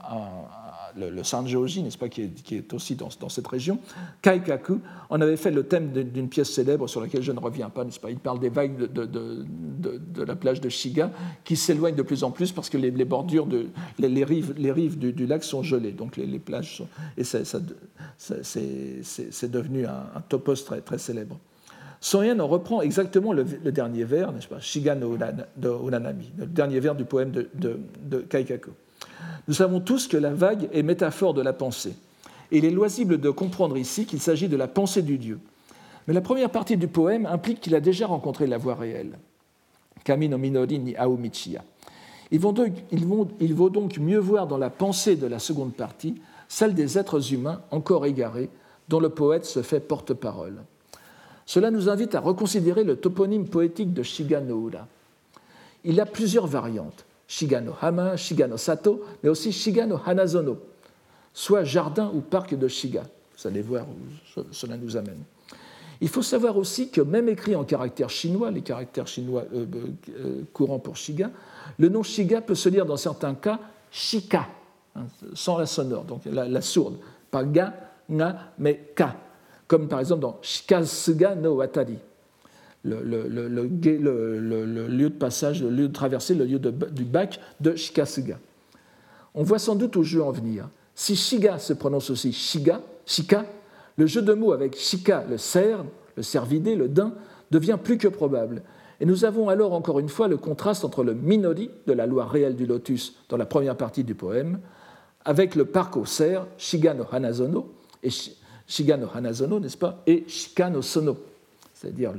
le Sanjoji, n'est-ce pas, qui est aussi dans cette région, Kaikaku, en avait fait le thème d'une pièce célèbre sur laquelle je ne reviens pas, n'est-ce pas. Il parle des vagues de la plage de Shiga qui s'éloignent de plus en plus parce que les bordures, les rives du lac sont gelées, donc les plages sont, et c'est devenu un topos très, très célèbre. Son Yen en reprend exactement le dernier vers, n'est-ce pas, Shiga no Uranami, le dernier vers du poème de Kaikaku. Nous savons tous que la vague est métaphore de la pensée. Et il est loisible de comprendre ici qu'il s'agit de la pensée du Dieu. Mais la première partie du poème implique qu'il a déjà rencontré la voie réelle. Kami no minori ni au michiya. Il vaut donc mieux voir dans la pensée de la seconde partie celle des êtres humains encore égarés, dont le poète se fait porte-parole. Cela nous invite à reconsidérer le toponyme poétique de Shiga no Ura. Il a plusieurs variantes. Shiga no Hama, Shiga no Sato, mais aussi Shiga no Hanazono, soit jardin ou parc de Shiga. Vous allez voir où cela nous amène. Il faut savoir aussi que même écrit en caractères chinois, les caractères chinois courants pour Shiga, le nom Shiga peut se lire dans certains cas Shika, sans la sonore, donc la sourde, pas ga, nga, mais ka, comme par exemple dans Shikasuga no Watari. lieu de passage, le lieu de traversée, le lieu du bac de Shikasuga. On voit sans doute où je veux en venir. Si Shiga se prononce aussi Shika, le jeu de mots avec Shika, le cerf, le cervidé, le daim, devient plus que probable. Et nous avons alors encore une fois le contraste entre le Minori de la loi réelle du lotus dans la première partie du poème, avec le parc au cerf, Shiga no Hanazono, et Shiga no Hanazono, n'est-ce pas, et Shika no Sono, c'est-à-dire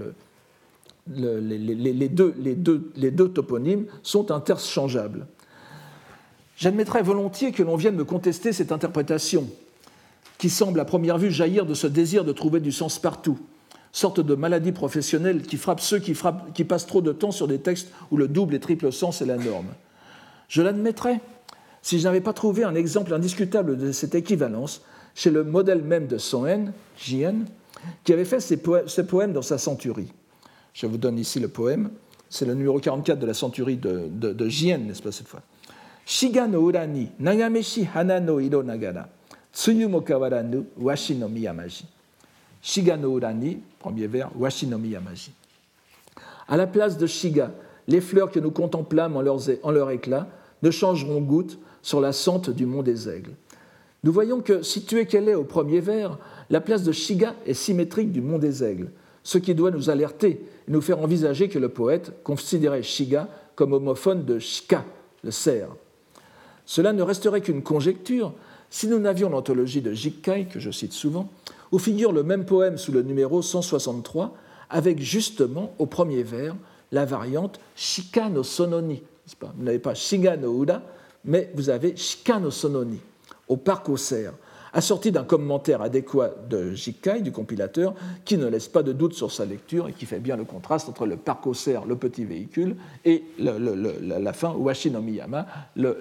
les deux toponymes sont interchangeables. J'admettrais volontiers que l'on vienne me contester cette interprétation, qui semble à première vue jaillir de ce désir de trouver du sens partout, sorte de maladie professionnelle qui frappe ceux qui passent trop de temps sur des textes où le double et triple sens est la norme. Je l'admettrais si je n'avais pas trouvé un exemple indiscutable de cette équivalence chez le modèle même de Son-en, Jien, qui avait fait ses poèmes dans sa centurie. Je vous donne ici le poème, c'est le numéro 44 de la centurie de Jien, n'est-ce pas cette fois. Shiga no ura ni nagameshi hana no iro nagara, tsuyu mo kawaranu washi no miyamaji. Shiga no ura ni, premier vers, washi no miyamaji. À la place de Shiga, les fleurs que nous contemplâmes en leur éclat ne changeront goutte sur la sente du mont des Aigles. Nous voyons que, située qu'elle est au premier vers, la place de Shiga est symétrique du mont des Aigles, ce qui doit nous alerter et nous faire envisager que le poète considérait Shiga comme homophone de Shika, le cerf. Cela ne resterait qu'une conjecture si nous n'avions l'anthologie de Jikkai, que je cite souvent, où figure le même poème sous le numéro 163, avec justement, au premier vers, la variante Shika no Sononi. Vous n'avez pas Shiga no Ura, mais vous avez Shika no Sononi, au parc au cerf, assorti d'un commentaire adéquat de Jikkai, du compilateur, qui ne laisse pas de doute sur sa lecture et qui fait bien le contraste entre le parc au cerf, le petit véhicule, et la fin, Washi no Miyama, le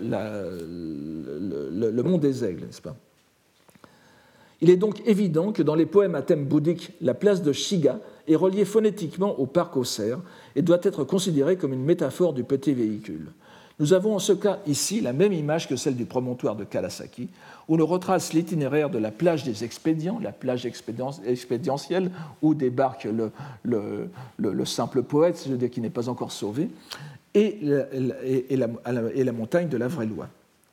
mont des Aigles, n'est-ce pas ? Il est donc évident que dans les poèmes à thème bouddhique, la place de Shiga est reliée phonétiquement au parc au cerf et doit être considérée comme une métaphore du petit véhicule. Nous avons en ce cas ici la même image que celle du promontoire de Karasaki, où l'on retrace l'itinéraire de la plage des expédients, la plage expédientielle, où débarque le simple poète, c'est-à-dire qui n'est pas encore sauvé, et la montagne de la vraie loi.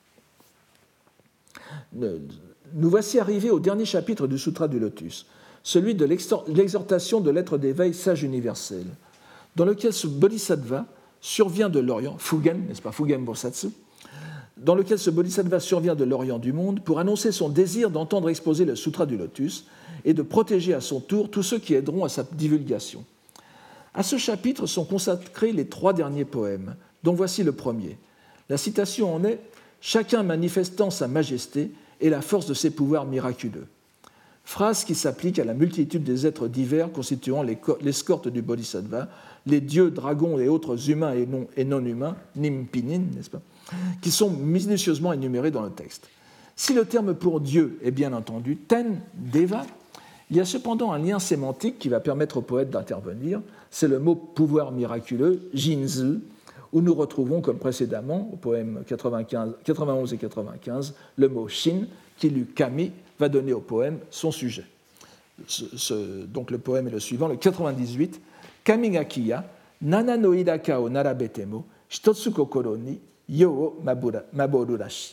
Nous voici arrivés au dernier chapitre du Sutra du Lotus, celui de l'exhortation de l'être d'éveil sage universel, dans lequel ce bodhisattva survient de l'Orient, Fugen, n'est-ce pas, Fugen Bosatsu, dans lequel ce bodhisattva survient de l'Orient du monde pour annoncer son désir d'entendre exposer le Sutra du Lotus et de protéger à son tour tous ceux qui aideront à sa divulgation. À ce chapitre sont consacrés les 3 derniers poèmes, dont voici le premier. La citation en est « Chacun manifestant sa majesté et la force de ses pouvoirs miraculeux ». Phrase qui s'applique à la multitude des êtres divers constituant l'escorte du bodhisattva, les dieux, dragons et autres humains et non humains, nimpinin, n'est-ce pas, qui sont minutieusement énumérés dans le texte. Si le terme pour Dieu est bien entendu ten, deva, il y a cependant un lien sémantique qui va permettre au poète d'intervenir, c'est le mot pouvoir miraculeux, jinzu, où nous retrouvons, comme précédemment, au poème 91 et 95, le mot shin, qui lui kami, va donner au poème son sujet. Donc le poème est le suivant, le 98. Kami ga kiya, nana no iraka o narabetemo, shitotsu kokoro ni yo o maboru rashi.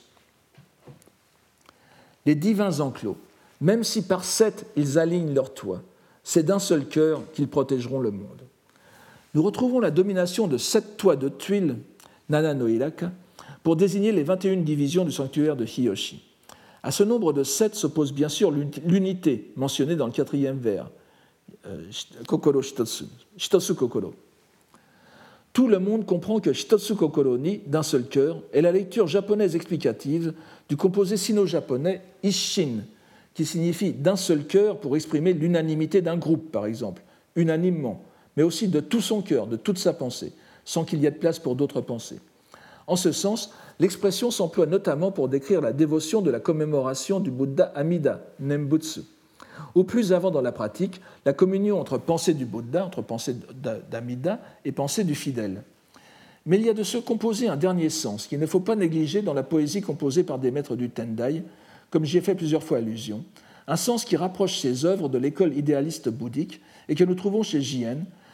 Les divins enclos, même si par 7 ils alignent leur toit, c'est d'un seul cœur qu'ils protégeront le monde. Nous retrouvons la domination de 7 toits de tuiles, nana no iraka, pour désigner les 21 divisions du sanctuaire de Hiyoshi. À ce nombre de 7 s'oppose bien sûr l'unité mentionnée dans le 4e vers, Kokoro Shitotsu, Shitotsu Kokoro. Tout le monde comprend que Shitotsu Kokoro ni, d'un seul cœur, est la lecture japonaise explicative du composé sino-japonais Isshin, qui signifie d'un seul cœur pour exprimer l'unanimité d'un groupe, par exemple, unanimement, mais aussi de tout son cœur, de toute sa pensée, sans qu'il y ait de place pour d'autres pensées. En ce sens, l'expression s'emploie notamment pour décrire la dévotion de la commémoration du Bouddha Amida, Nembutsu, ou plus avant dans la pratique, la communion entre pensée du Bouddha, entre pensée d'Amida et pensée du fidèle. Mais il y a de ce composé un dernier sens qu'il ne faut pas négliger dans la poésie composée par des maîtres du Tendai, comme j'y ai fait plusieurs fois allusion, un sens qui rapproche ces œuvres de l'école idéaliste bouddhique et que nous trouvons chez Jien,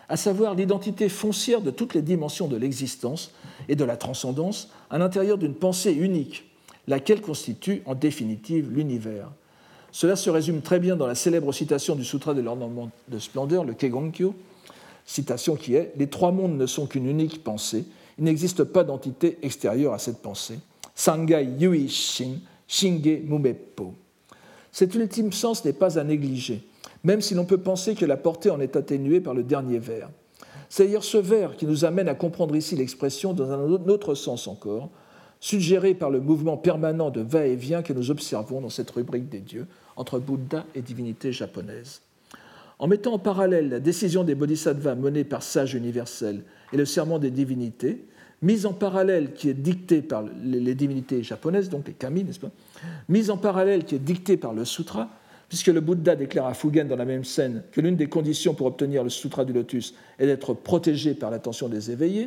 à savoir l'identité foncière de toutes les dimensions de l'existence et de la transcendance à l'intérieur d'une pensée unique, laquelle constitue en définitive l'univers. Cela se résume très bien dans la célèbre citation du Sutra de l'ornement de splendeur, le Kegonkyo, citation qui est « Les trois mondes ne sont qu'une unique pensée, il n'existe pas d'entité extérieure à cette pensée. Sangai yui shin, shinge mumeppo ». Cet ultime sens n'est pas à négliger, même si l'on peut penser que la portée en est atténuée par le dernier vers. C'est d'ailleurs ce vers qui nous amène à comprendre ici l'expression dans un autre sens encore, suggéré par le mouvement permanent de va-et-vient que nous observons dans cette rubrique des dieux entre Bouddha et divinité japonaise. En mettant en parallèle la décision des bodhisattvas menée par sages universels et le serment des divinités, mise en parallèle qui est dictée par les divinités japonaises, donc les kami, n'est-ce pas, mise en parallèle qui est dictée par le sutra, puisque le Bouddha déclare à Fugen dans la même scène que l'une des conditions pour obtenir le sutra du lotus est d'être protégé par l'attention des éveillés,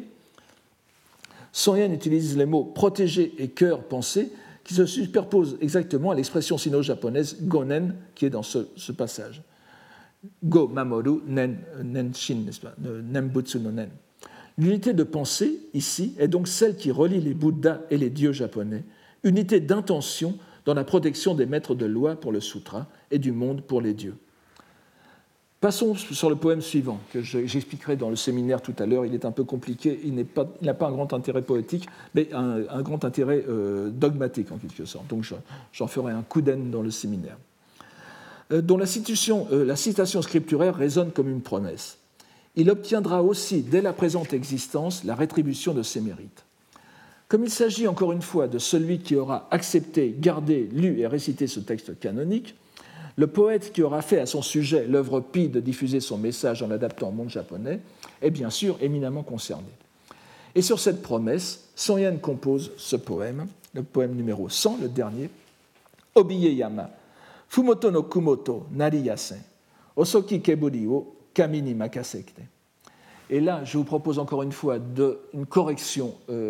Son Yen utilise les mots protégé et cœur pensé qui se superposent exactement à l'expression sino-japonaise gonen qui est dans ce passage. Go mamoru nen shin, n'est-ce pas, nembutsu no nen. L'unité de pensée, ici, est donc celle qui relie les Bouddhas et les dieux japonais, unité d'intention dans la protection des maîtres de loi pour le sutra et du monde pour les dieux. Passons sur le poème suivant, que j'expliquerai dans le séminaire tout à l'heure. Il est un peu compliqué, il n'a pas un grand intérêt poétique, mais un grand intérêt dogmatique en quelque sorte. Donc j'en ferai un kuden dans le séminaire. Dont la citation scripturaire résonne comme une promesse. Il obtiendra aussi, dès la présente existence, la rétribution de ses mérites. Comme il s'agit encore une fois de celui qui aura accepté, gardé, lu et récité ce texte canonique, le poète qui aura fait à son sujet l'œuvre pie de diffuser son message en l'adaptant au monde japonais est bien sûr éminemment concerné. Et sur cette promesse, Son Yen compose ce poème, le poème numéro 100, le dernier, Obiyeyama, Fumoto no kumoto nariyasen, Osoki keburi wo kami ni makasekite. Et là, je vous propose encore une fois une correction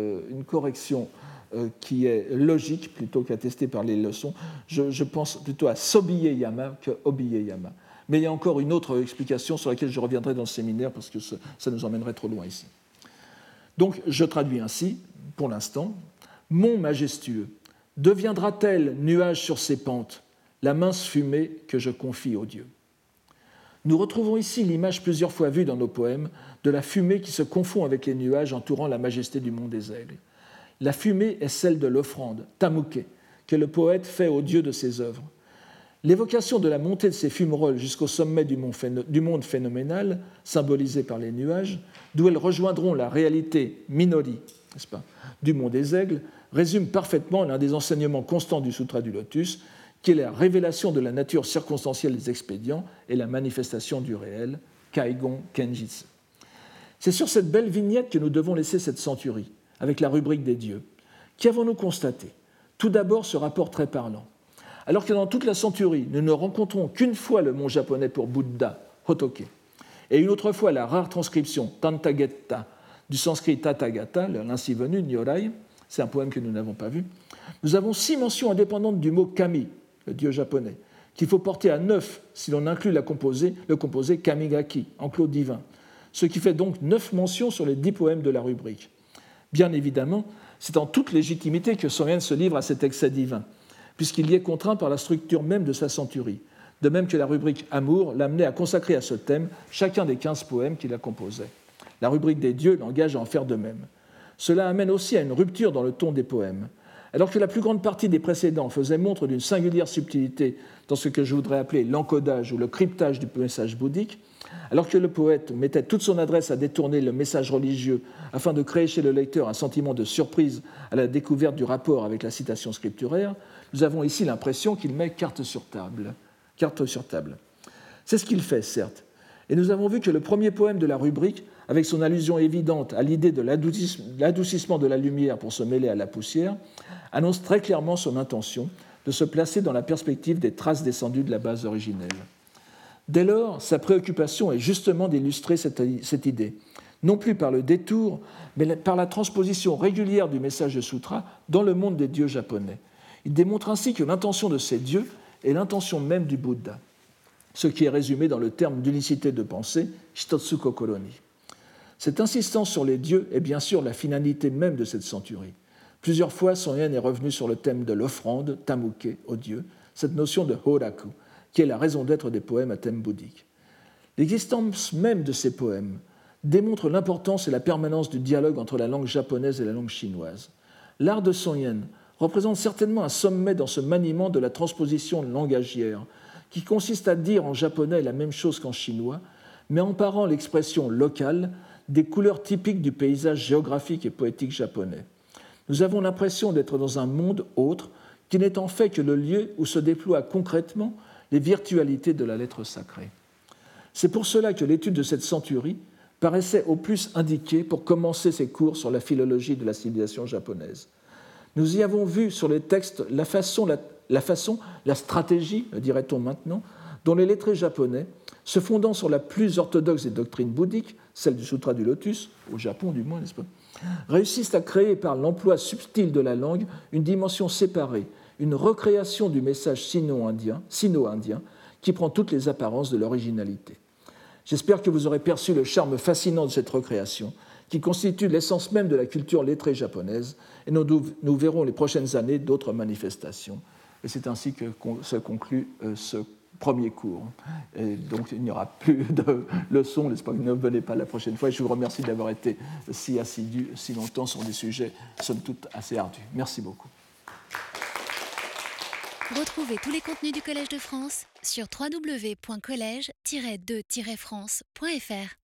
qui est logique plutôt qu'attestée par les leçons. Je pense plutôt à Sobiyeyama que Obiyeyama. Mais il y a encore une autre explication sur laquelle je reviendrai dans le séminaire parce que ça nous emmènerait trop loin ici. Donc, je traduis ainsi, pour l'instant, « Mont majestueux, deviendra-t-elle nuage sur ses pentes, la mince fumée que je confie aux dieux ?» Nous retrouvons ici l'image plusieurs fois vue dans nos poèmes de la fumée qui se confond avec les nuages entourant la majesté du mont des Aigles. La fumée est celle de l'offrande, tamuke, que le poète fait aux dieux de ses œuvres. L'évocation de la montée de ces fumerolles jusqu'au sommet du monde phénoménal, symbolisé par les nuages, d'où elles rejoindront la réalité minori, n'est-ce pas, du mont des Aigles, résume parfaitement l'un des enseignements constants du Sutra du Lotus, qui est la révélation de la nature circonstancielle des expédients et la manifestation du réel, Kaigon Kenjitsu. C'est sur cette belle vignette que nous devons laisser cette centurie, avec la rubrique des dieux. Qu'avons-nous constaté ? Tout d'abord, ce rapport très parlant. Alors que dans toute la centurie, nous ne rencontrons qu'une fois le mot japonais pour Bouddha, Hotoke, et une autre fois la rare transcription Tantagetta du sanskrit Tathagata, l'ainsi venu, Nyorai, c'est un poème que nous n'avons pas vu, nous avons 6 mentions indépendantes du mot kami, le dieu japonais, qu'il faut porter à 9 si l'on inclut le composé kamigaki, enclos divin, ce qui fait donc 9 mentions sur les 10 poèmes de la rubrique. Bien évidemment, c'est en toute légitimité que Son Yen se livre à cet excès divin, puisqu'il y est contraint par la structure même de sa centurie, de même que la rubrique Amour l'amenait à consacrer à ce thème chacun des 15 poèmes qu'il a composés. La rubrique des dieux l'engage à en faire de même. Cela amène aussi à une rupture dans le ton des poèmes. Alors que la plus grande partie des précédents faisait montre d'une singulière subtilité dans ce que je voudrais appeler l'encodage ou le cryptage du message bouddhique, alors que le poète mettait toute son adresse à détourner le message religieux afin de créer chez le lecteur un sentiment de surprise à la découverte du rapport avec la citation scripturaire, nous avons ici l'impression qu'il met carte sur table. C'est ce qu'il fait, certes. Et nous avons vu que le premier poème de la rubrique, avec son allusion évidente à l'idée de l'adoucissement de la lumière pour se mêler à la poussière, annonce très clairement son intention de se placer dans la perspective des traces descendues de la base originelle. Dès lors, sa préoccupation est justement d'illustrer cette idée, non plus par le détour, mais par la transposition régulière du message de Sutra dans le monde des dieux japonais. Il démontre ainsi que l'intention de ces dieux est l'intention même du Bouddha. ce qui est résumé dans le terme d'unicité de pensée, Shitotsu Kokoro ni. Cette insistance sur les dieux est bien sûr la finalité même de cette centurie. Plusieurs fois, Son Yen est revenu sur le thème de l'offrande, tamuke, aux dieux, cette notion de horaku, qui est la raison d'être des poèmes à thème bouddhique. L'existence même de ces poèmes démontre l'importance et la permanence du dialogue entre la langue japonaise et la langue chinoise. L'art de Son Yen représente certainement un sommet dans ce maniement de la transposition langagière, qui consiste à dire en japonais la même chose qu'en chinois, mais en parant l'expression locale des couleurs typiques du paysage géographique et poétique japonais. Nous avons l'impression d'être dans un monde autre qui n'est en fait que le lieu où se déploient concrètement les virtualités de la lettre sacrée. C'est pour cela que l'étude de cette centurie paraissait au plus indiquée pour commencer ses cours sur la philologie de la civilisation japonaise. Nous y avons vu sur les textes la stratégie, dirait-on maintenant, dont les lettrés japonais, se fondant sur la plus orthodoxe des doctrines bouddhiques, celle du Sutra du Lotus, au Japon du moins, n'est-ce pas, réussissent à créer par l'emploi subtil de la langue une dimension séparée, une recréation du message sino-indien qui prend toutes les apparences de l'originalité. J'espère que vous aurez perçu le charme fascinant de cette recréation, qui constitue l'essence même de la culture lettrée japonaise, et nous verrons les prochaines années d'autres manifestations. Et c'est ainsi que se conclut ce premier cours. Et donc il n'y aura plus de leçons, n'est-ce pas, ne venez pas la prochaine fois. Je vous remercie d'avoir été si assidus si longtemps sur des sujets, somme toute, assez ardus. Merci beaucoup. Retrouvez tous les contenus du Collège de France sur www.collège-2-france.fr.